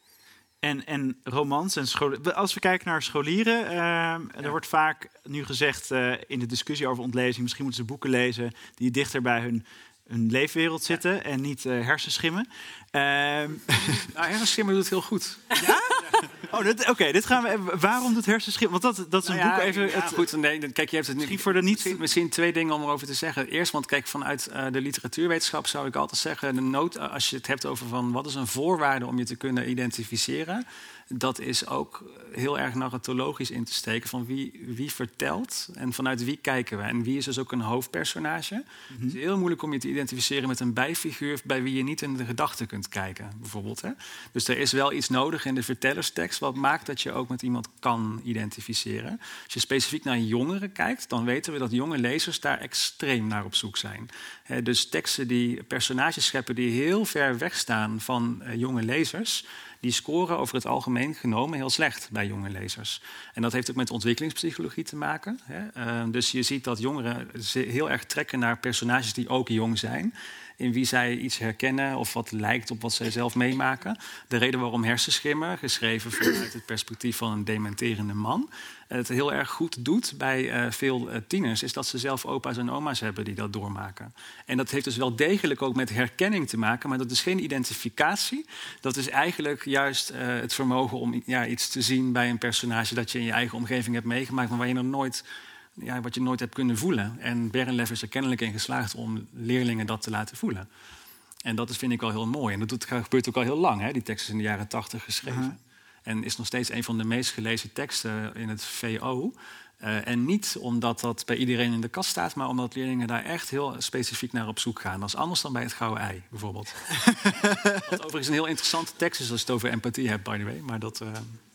En romans en scholieren. Als we kijken naar scholieren, er wordt vaak nu gezegd in de discussie over ontlezing, misschien moeten ze boeken lezen die dichter bij hun leefwereld zitten en niet hersenschimmen. Hersenschimmen doet het heel goed. Ja? Oké, dit gaan we. Waarom doet hersenschimmen? Want dat is een boek even. Goed, nee, kijk, je hebt het misschien voor de niet. Misschien twee dingen om erover te zeggen. Eerst, want kijk, vanuit de literatuurwetenschap zou ik altijd zeggen, als je het hebt over van wat is een voorwaarde om je te kunnen identificeren, dat is ook heel erg narratologisch in te steken van wie vertelt en vanuit wie kijken we. En wie is dus ook een hoofdpersonage. Het is heel moeilijk om je te identificeren met een bijfiguur bij wie je niet in de gedachten kunt kijken, bijvoorbeeld. Hè? Dus er is wel iets nodig in de vertellerstekst wat maakt dat je ook met iemand kan identificeren. Als je specifiek naar jongeren kijkt, dan weten we dat jonge lezers daar extreem naar op zoek zijn. Dus teksten die personages scheppen die heel ver wegstaan van jonge lezers, die scoren over het algemeen genomen heel slecht bij jonge lezers. En dat heeft ook met ontwikkelingspsychologie te maken. Dus je ziet dat jongeren heel erg trekken naar personages die ook jong zijn, in wie zij iets herkennen of wat lijkt op wat zij zelf meemaken. De reden waarom Hersenschimmen, geschreven vanuit het perspectief van een dementerende man, het heel erg goed doet bij veel tieners, is dat ze zelf opa's en oma's hebben die dat doormaken. En dat heeft dus wel degelijk ook met herkenning te maken, maar dat is geen identificatie. Dat is eigenlijk juist het vermogen om iets te zien bij een personage dat je in je eigen omgeving hebt meegemaakt, maar waar je nog nooit, wat je nooit hebt kunnen voelen. En Berenlef is er kennelijk in geslaagd om leerlingen dat te laten voelen. En dat vind ik wel heel mooi. En dat gebeurt ook al heel lang. Hè? Die tekst is in de jaren 80 geschreven. En is nog steeds een van de meest gelezen teksten in het VO. En niet omdat dat bij iedereen in de kast staat, maar omdat leerlingen daar echt heel specifiek naar op zoek gaan. Dat is anders dan bij het gouden ei, bijvoorbeeld. Wat overigens een heel interessante tekst is als je het over empathie hebt, by the way. Maar dat,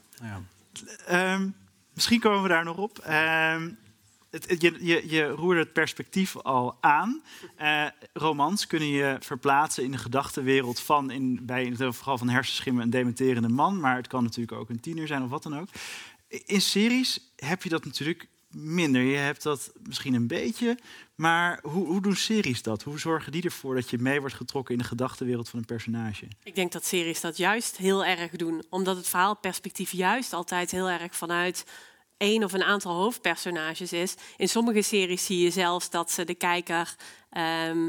misschien komen we daar nog op. Je roerde het perspectief al aan. Romans kunnen je verplaatsen in de gedachtenwereld van, in het geval van Hersenschimmen, een dementerende man. Maar het kan natuurlijk ook een tiener zijn of wat dan ook. In series heb je dat natuurlijk minder. Je hebt dat misschien een beetje. Maar hoe doen series dat? Hoe zorgen die ervoor dat je mee wordt getrokken in de gedachtenwereld van een personage? Ik denk dat series dat juist heel erg doen. Omdat het verhaalperspectief juist altijd heel erg vanuit één of een aantal hoofdpersonages is. In sommige series zie je zelfs dat ze de kijker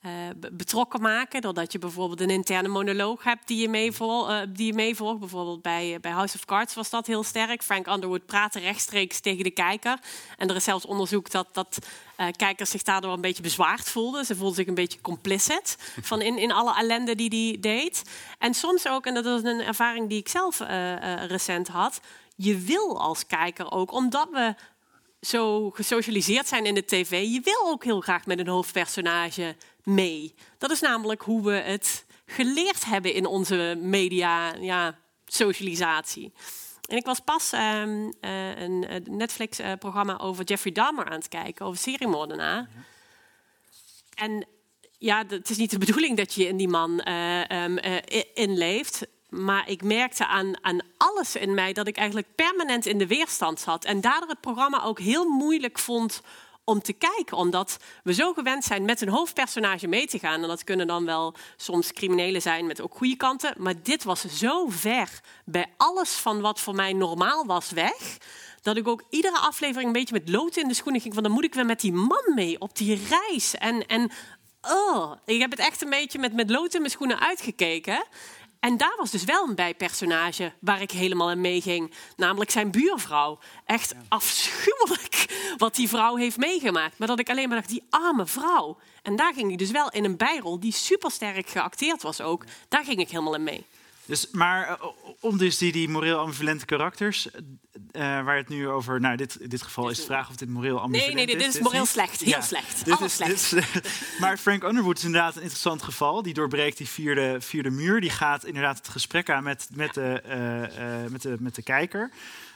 betrokken maken. Doordat je bijvoorbeeld een interne monoloog hebt die je meevolgt. Bijvoorbeeld bij House of Cards was dat heel sterk. Frank Underwood praatte rechtstreeks tegen de kijker. En er is zelfs onderzoek dat kijkers zich daardoor een beetje bezwaard voelden. Ze voelden zich een beetje complicit van in alle ellende die hij deed. En soms ook, en dat is een ervaring die ik zelf recent had, je wil als kijker ook, omdat we zo gesocialiseerd zijn in de tv, je wil ook heel graag met een hoofdpersonage mee. Dat is namelijk hoe we het geleerd hebben in onze media socialisatie. En ik was pas een Netflix-programma over Jeffrey Dahmer aan het kijken, over seriemoordenaar. Ja. En ja, het is niet de bedoeling dat je in die man inleeft. Maar ik merkte aan alles in mij dat ik eigenlijk permanent in de weerstand zat. En daardoor het programma ook heel moeilijk vond om te kijken. Omdat we zo gewend zijn met een hoofdpersonage mee te gaan. En dat kunnen dan wel soms criminelen zijn met ook goede kanten. Maar dit was zo ver bij alles van wat voor mij normaal was weg, dat ik ook iedere aflevering een beetje met lood in de schoenen ging. Van dan moet ik weer met die man mee op die reis. En ik heb het echt een beetje met lood in mijn schoenen uitgekeken. En daar was dus wel een bijpersonage waar ik helemaal in meeging. Namelijk zijn buurvrouw. Echt afschuwelijk wat die vrouw heeft meegemaakt. Maar dat ik alleen maar dacht, die arme vrouw. En daar ging ik dus wel in een bijrol die supersterk geacteerd was ook. Daar ging ik helemaal in mee. Dus, maar om dus die moreel ambivalente karakters, waar het nu over, nou in dit geval is de vraag of dit moreel ambivalent is. Nee, dit is moreel slecht, heel slecht. Alles slecht. Maar Frank Underwood is inderdaad een interessant geval. Die doorbreekt die vierde muur. Die gaat inderdaad het gesprek aan met de kijker.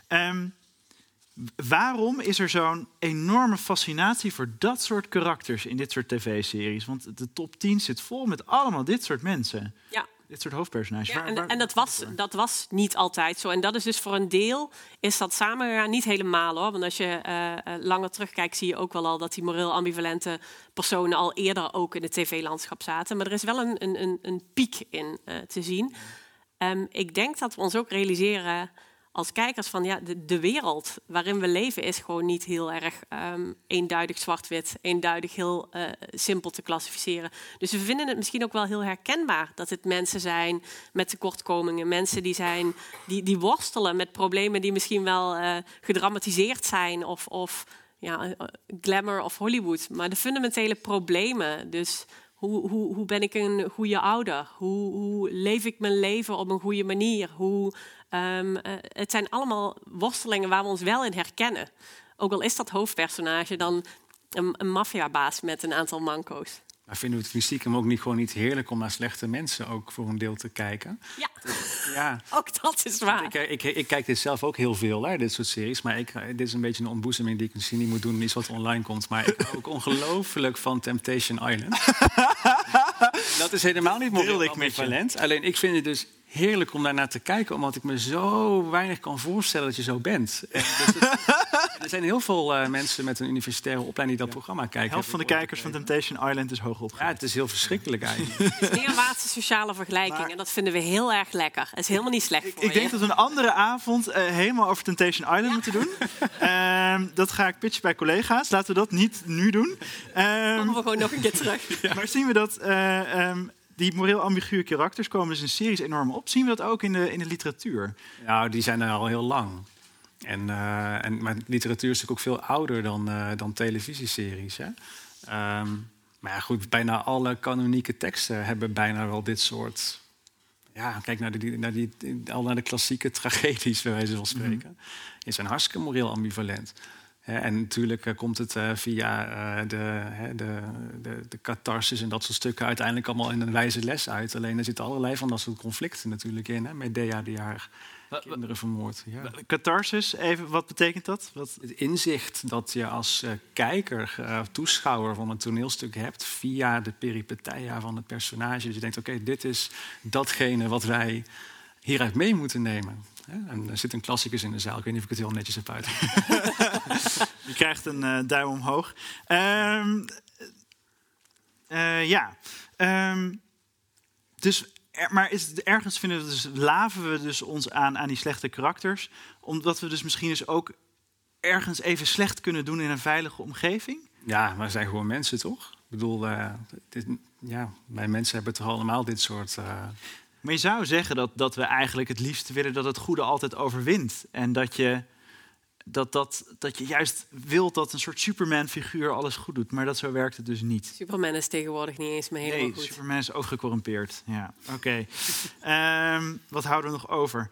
Waarom is er zo'n enorme fascinatie voor dat soort karakters in dit soort tv-series? Want de top 10 zit vol met allemaal dit soort mensen. Ja. Dit soort hoofdpersonages. Ja, en dat was niet altijd zo. En dat is dus voor een deel is dat samengegaan. Niet helemaal hoor. Want als je langer terugkijkt, zie je ook wel al dat die moreel ambivalente personen al eerder ook in het tv-landschap zaten. Maar er is wel een piek in te zien. Ik denk dat we ons ook realiseren als kijkers van de wereld waarin we leven is gewoon niet heel erg eenduidig zwart-wit, eenduidig heel simpel te klassificeren. Dus we vinden het misschien ook wel heel herkenbaar dat het mensen zijn met tekortkomingen, mensen die worstelen met problemen die misschien wel gedramatiseerd zijn of glamour of Hollywood. Maar de fundamentele problemen, dus hoe ben ik een goede ouder? Hoe leef ik mijn leven op een goede manier? Het zijn allemaal worstelingen waar we ons wel in herkennen. Ook al is dat hoofdpersonage dan een maffiabaas met een aantal manco's. Maar vinden we het stiekem ook niet heerlijk om naar slechte mensen ook voor een deel te kijken? Ja, ook dat is waar. Ik kijk dit zelf ook heel veel, dit soort series. Maar dit is een beetje een ontboezeming die ik misschien niet moet doen. Iets wat online komt. Maar ik hou ook ongelooflijk van Temptation Island. Dat is helemaal niet moreel ambivalent. Alleen ik vind het dus heerlijk om daarnaar te kijken, omdat ik me zo weinig kan voorstellen dat je zo bent. Er zijn heel veel mensen met een universitaire opleiding die dat programma kijken. De helft van de kijkers van Temptation Island is hoog opgeleid. Ja, het is heel verschrikkelijk eigenlijk. Het is neerwaartse sociale vergelijking en dat vinden we heel erg lekker. Het is helemaal niet slecht voor je. Ik denk dat we een andere avond helemaal over Temptation Island moeten doen. Dat ga ik pitchen bij collega's. Laten we dat niet nu doen. Komen we gewoon nog een keer terug. Maar zien we dat die moreel ambiguë karakters komen dus in series enorm op. Zien we dat ook in de literatuur? Nou, die zijn er al heel lang. Maar literatuur is natuurlijk ook veel ouder dan televisieseries. Hè? Maar ja, goed, bijna alle kanonieke teksten hebben bijna wel dit soort. Ja, kijk naar de klassieke tragedies, bij wijze van spreken. Die zijn hartstikke moreel ambivalent. En natuurlijk komt het via de catharsis en dat soort stukken uiteindelijk allemaal in een wijze les uit. Alleen er zitten allerlei van dat soort conflicten natuurlijk in. Hè? Medea die haar kinderen vermoordt. Ja. Catharsis, even, wat betekent dat? Het inzicht dat je als kijker, toeschouwer van een toneelstuk hebt via de peripeteia van het personage. Dus je denkt, oké, dit is datgene wat wij hieruit mee moeten nemen. En er zit een klassicus in de zaal. Ik weet niet of ik het heel netjes heb uitgelegd. Je krijgt een duim omhoog. Dus, maar ergens vinden we dus, laven we dus ons aan die slechte karakters, omdat we dus misschien dus ook ergens even slecht kunnen doen in een veilige omgeving? Ja, maar we zijn gewoon mensen, toch? bedoel, wij mensen hebben toch allemaal dit soort... Maar je zou zeggen dat we eigenlijk het liefst willen dat het goede altijd overwint. En dat je juist wilt dat een soort Superman-figuur alles goed doet. Maar zo werkt het dus niet. Superman is tegenwoordig niet eens meer helemaal goed. Superman is ook gecorrumpeerd. Ja, oké. Wat houden we nog over?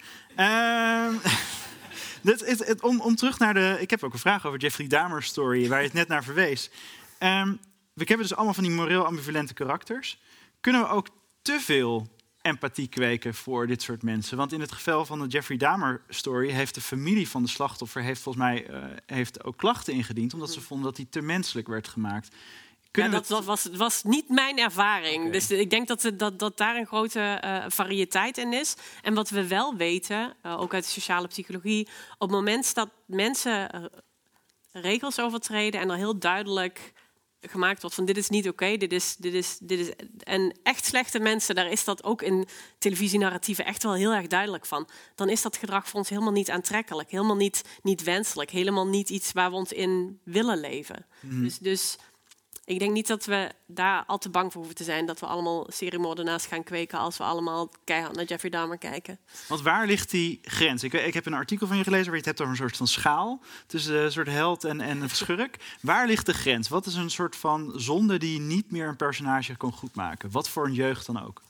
Om terug naar de... Ik heb ook een vraag over Jeffrey Dahmer's story, waar je het net naar verwees. We hebben dus allemaal van die moreel ambivalente karakters. Kunnen we ook te veel empathie kweken voor dit soort mensen? Want in het geval van de Jeffrey Dahmer-story heeft de familie van de slachtoffer volgens mij ook klachten ingediend, omdat ze vonden dat hij te menselijk werd gemaakt. Dat was niet mijn ervaring. Okay. Dus ik denk dat daar een grote variëteit in is. En wat we wel weten, ook uit de sociale psychologie, op het moment dat mensen regels overtreden en er heel duidelijk gemaakt wordt van dit is niet oké, dit is. En echt slechte mensen, daar is dat ook in televisienarratieven echt wel heel erg duidelijk van. Dan is dat gedrag voor ons helemaal niet aantrekkelijk, helemaal niet wenselijk, helemaal niet iets waar we ons in willen leven. Dus ik denk niet dat we daar al te bang voor hoeven te zijn, dat we allemaal seriemoordenaars gaan kweken als we allemaal keihard naar Jeffrey Dahmer kijken. Want waar ligt die grens? Ik heb een artikel van je gelezen waar je het hebt over een soort van schaal tussen een soort held en een schurk. Waar ligt de grens? Wat is een soort van zonde die niet meer een personage kan goedmaken? Wat voor een jeugd dan ook?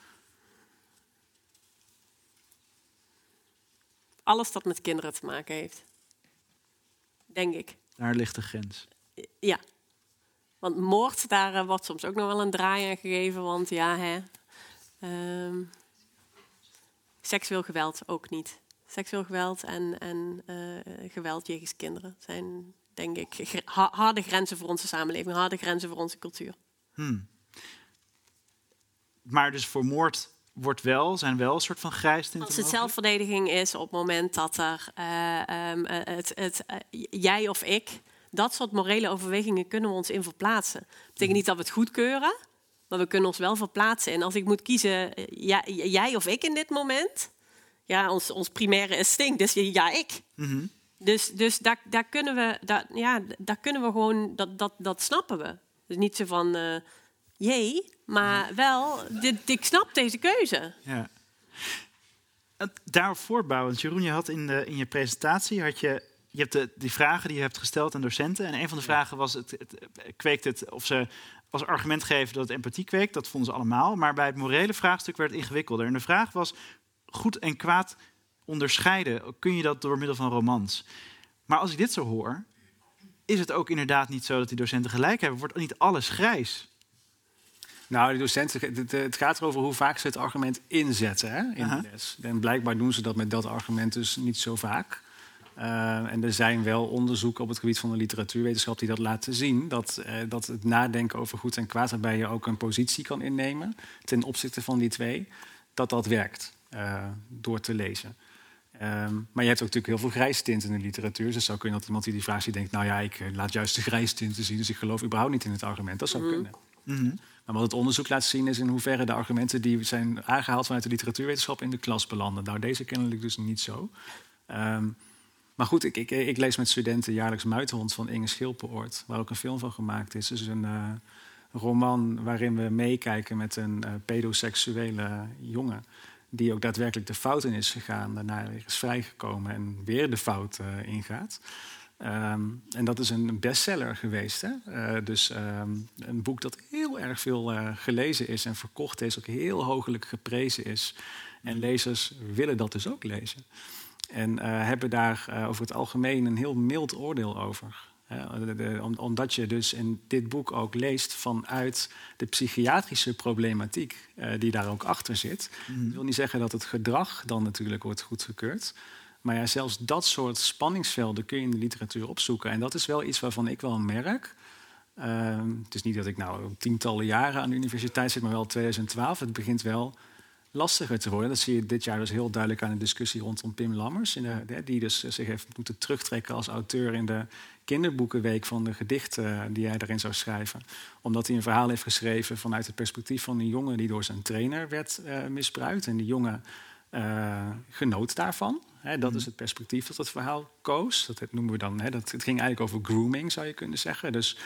Alles dat met kinderen te maken heeft. Denk ik. Daar ligt de grens. Ja. Want moord, daar wordt soms ook nog wel een draai aan gegeven. Want seksueel geweld ook niet. Seksueel geweld en geweld jegens kinderen zijn, denk ik, harde grenzen voor onze samenleving. Harde grenzen voor onze cultuur. Maar dus voor moord zijn wel een soort van grijs tinten. Als het zelfverdediging is op het moment dat er jij of ik... Dat soort morele overwegingen kunnen we ons in verplaatsen. Dat betekent niet dat we het goedkeuren, maar we kunnen ons wel verplaatsen. En als ik moet kiezen, jij of ik in dit moment, ja, ons primaire instinct, dus ja, ik. Mm-hmm. Dus daar kunnen we gewoon, dat snappen we. Dus niet zo van, maar wel, ik snap deze keuze. Ja. Daarop voortbouwend, Jeroen, je had in je presentatie je hebt die vragen die je hebt gesteld aan docenten. En een van de vragen was, kweekt het of ze als argument geven dat het empathie kweekt. Dat vonden ze allemaal. Maar bij het morele vraagstuk werd het ingewikkelder. En de vraag was, goed en kwaad onderscheiden. Kun je dat door middel van romans? Maar als ik dit zo hoor, is het ook inderdaad niet zo dat die docenten gelijk hebben. Wordt niet alles grijs? Nou, de docenten, het gaat erover hoe vaak ze het argument inzetten in de les. En blijkbaar doen ze dat met dat argument dus niet zo vaak. En er zijn wel onderzoeken op het gebied van de literatuurwetenschap die dat laten zien. Dat het nadenken over goed en kwaad, waarbij je ook een positie kan innemen ten opzichte van die twee, dat werkt door te lezen. Maar je hebt ook natuurlijk heel veel grijstinten in de literatuur. Dus het zou kunnen dat iemand die vraag ziet denkt, nou ja, ik laat juist de grijstinten zien, dus ik geloof überhaupt niet in het argument. Dat zou kunnen. Mm-hmm. Maar wat het onderzoek laat zien is in hoeverre de argumenten die zijn aangehaald vanuit de literatuurwetenschap in de klas belanden. Nou, deze kennelijk dus niet zo. Maar goed, ik lees met studenten jaarlijks Muithond van Inge Schilpeoort, waar ook een film van gemaakt is. Het is een roman waarin we meekijken met een pedoseksuele jongen die ook daadwerkelijk de fout in is gegaan, daarna weer is vrijgekomen en weer de fout ingaat. En dat is een bestseller geweest. Hè? Dus een boek dat heel erg veel gelezen is en verkocht is, ook heel hoogelijk geprezen is. En lezers willen dat dus ook lezen. En hebben daar over het algemeen een heel mild oordeel over. Omdat je dus in dit boek ook leest vanuit de psychiatrische problematiek die daar ook achter zit. Dat wil niet zeggen dat het gedrag dan natuurlijk wordt goedgekeurd. Maar ja, zelfs dat soort spanningsvelden kun je in de literatuur opzoeken. En dat is wel iets waarvan ik wel merk. Het is niet dat ik nou tientallen jaren aan de universiteit zit, maar wel 2012. Het begint wel lastiger te worden. Dat zie je dit jaar dus heel duidelijk aan de discussie rondom Pim Lammers. Die dus zich heeft moeten terugtrekken als auteur in de kinderboekenweek van de gedichten die hij daarin zou schrijven. Omdat hij een verhaal heeft geschreven vanuit het perspectief van een jongen die door zijn trainer werd misbruikt. En die jongen genoot daarvan. Dat is het perspectief dat het verhaal koos. Dat noemen we dan. Het ging eigenlijk over grooming, zou je kunnen zeggen. Dus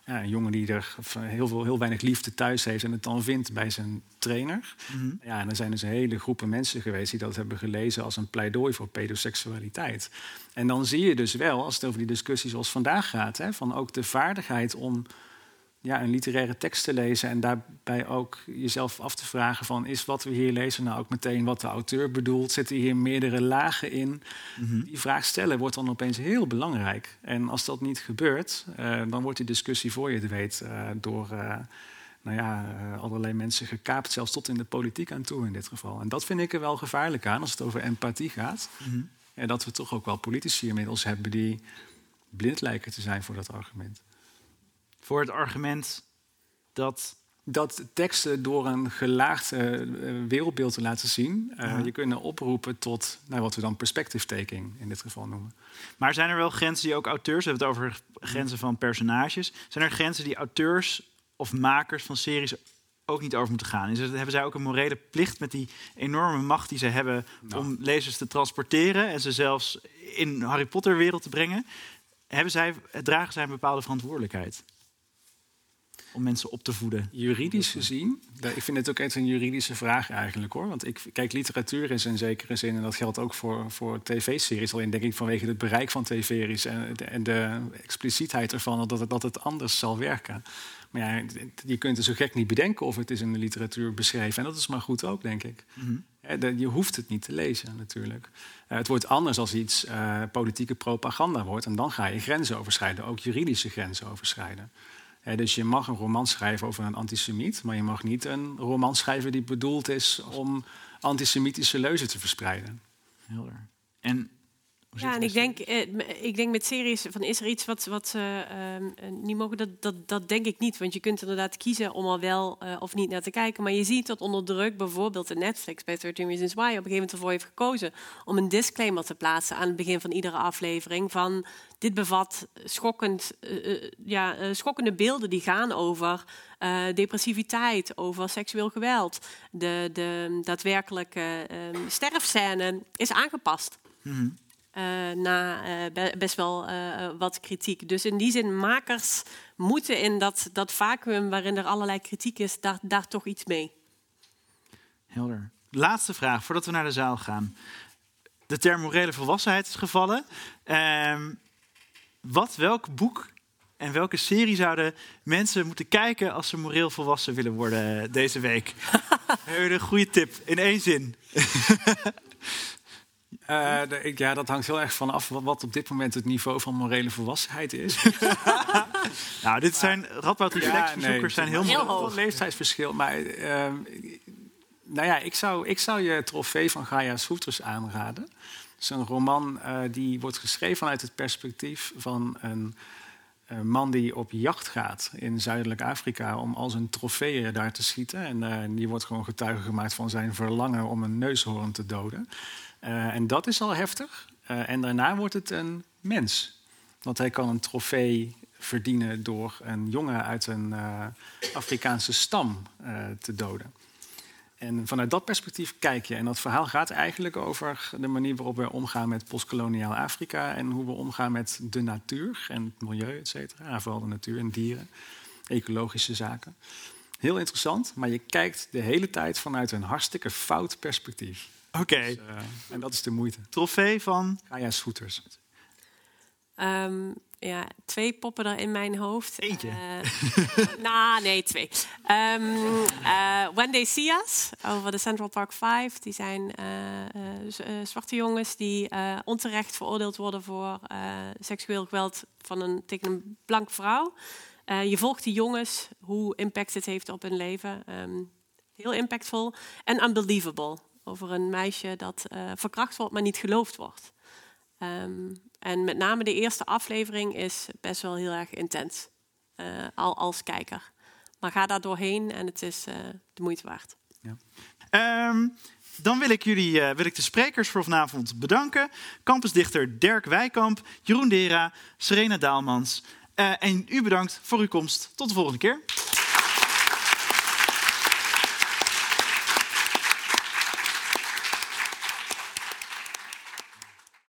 een jongen die er heel weinig liefde thuis heeft en het dan vindt bij zijn trainer. Mhm. Ja, en er zijn dus een hele groepen mensen geweest die dat hebben gelezen als een pleidooi voor pedoseksualiteit. En dan zie je dus wel, als het over die discussie zoals vandaag gaat, hè, van ook de vaardigheid om een literaire tekst te lezen en daarbij ook jezelf af te vragen van, is wat we hier lezen nou ook meteen wat de auteur bedoelt? Zitten hier meerdere lagen in? Mhm. Die vraag stellen wordt dan opeens heel belangrijk. En als dat niet gebeurt, dan wordt die discussie voor je het weet door allerlei mensen gekaapt, zelfs tot in de politiek aan toe in dit geval. En dat vind ik er wel gevaarlijk aan als het over empathie gaat. Mhm. En dat we toch ook wel politici inmiddels hebben die blind lijken te zijn voor dat argument. Voor het argument dat teksten door een gelaagd wereldbeeld te laten zien, je kunnen oproepen tot wat we dan perspective taking in dit geval noemen. Maar zijn er wel grenzen die ook auteurs, we hebben het over grenzen van personages, zijn er grenzen die auteurs of makers van series ook niet over moeten gaan? Hebben zij ook een morele plicht met die enorme macht die ze hebben om lezers te transporteren en ze zelfs in Harry Potter wereld te brengen? Dragen zij een bepaalde verantwoordelijkheid om mensen op te voeden? Juridisch gezien, ik vind het ook echt een juridische vraag eigenlijk hoor. Want literatuur is in zekere zin, en dat geldt ook voor tv-series, alleen denk ik vanwege het bereik van tv-series en de explicietheid ervan dat het anders zal werken. Maar ja, je kunt het zo gek niet bedenken of het is in de literatuur beschreven. En dat is maar goed ook, denk ik. Mm-hmm. Je hoeft het niet te lezen, natuurlijk. Het wordt anders als iets politieke propaganda wordt. En dan ga je grenzen overschrijden, ook juridische grenzen overschrijden. Dus je mag een roman schrijven over een antisemiet, maar je mag niet een roman schrijven die bedoeld is om antisemitische leuzen te verspreiden. Helder. En ik denk met series van, is er iets wat ze niet mogen? Dat denk ik niet. Want je kunt inderdaad kiezen om er wel of niet naar te kijken. Maar je ziet dat onder druk bijvoorbeeld de Netflix bij 13 Reasons Why op een gegeven moment ervoor heeft gekozen om een disclaimer te plaatsen aan het begin van iedere aflevering van dit bevat schokkende beelden die gaan over depressiviteit, over seksueel geweld. De daadwerkelijke sterfscène is aangepast. Mm-hmm. Na best wel wat kritiek. Dus in die zin, makers moeten in dat vacuüm waarin er allerlei kritiek is, daar toch iets mee. Helder. Laatste vraag, voordat we naar de zaal gaan. De term morele volwassenheid is gevallen. Welk boek en welke serie zouden mensen moeten kijken als ze moreel volwassen willen worden deze week? Hebben jullie een goede tip in 1 zin? Dat hangt heel erg van af wat op dit moment het niveau van morele volwassenheid is. Nou, dit zijn Radboud Reflexbezoekers zijn heel hoog. Leeftijdsverschil. Maar ik zou je Trofee van Gaia Soeters aanraden. Het is een roman die wordt geschreven vanuit het perspectief van een man die op jacht gaat in Zuidelijk Afrika om al zijn trofeeën daar te schieten. En die wordt gewoon getuige gemaakt van zijn verlangen om een neushoorn te doden. En dat is al heftig. En daarna wordt het een mens. Want hij kan een trofee verdienen door een jongen uit een Afrikaanse stam te doden. En vanuit dat perspectief kijk je. En dat verhaal gaat eigenlijk over de manier waarop we omgaan met postkoloniaal Afrika en hoe we omgaan met de natuur en het milieu, et cetera. Vooral de natuur en dieren, ecologische zaken. Heel interessant, maar je kijkt de hele tijd vanuit een hartstikke fout perspectief. Oké. Dus, en dat is de moeite. Trofee van Gaia Soeters. 2 poppen er in mijn hoofd. Eentje. 2. When They See Us, over de Central Park 5. Die zijn zwarte jongens die onterecht veroordeeld worden voor seksueel geweld tegen een blanke vrouw. Je volgt die jongens, hoe impact het heeft op hun leven. Heel impactvol. En Unbelievable, over een meisje dat verkracht wordt, maar niet geloofd wordt. En met name de eerste aflevering is best wel heel erg intens. Al als kijker. Maar ga daar doorheen en het is de moeite waard. Ja. Dan wil ik de sprekers voor vanavond bedanken. Campusdichter Dirk Wijkamp, Jeroen Dera, Serena Daalmans. En u bedankt voor uw komst. Tot de volgende keer.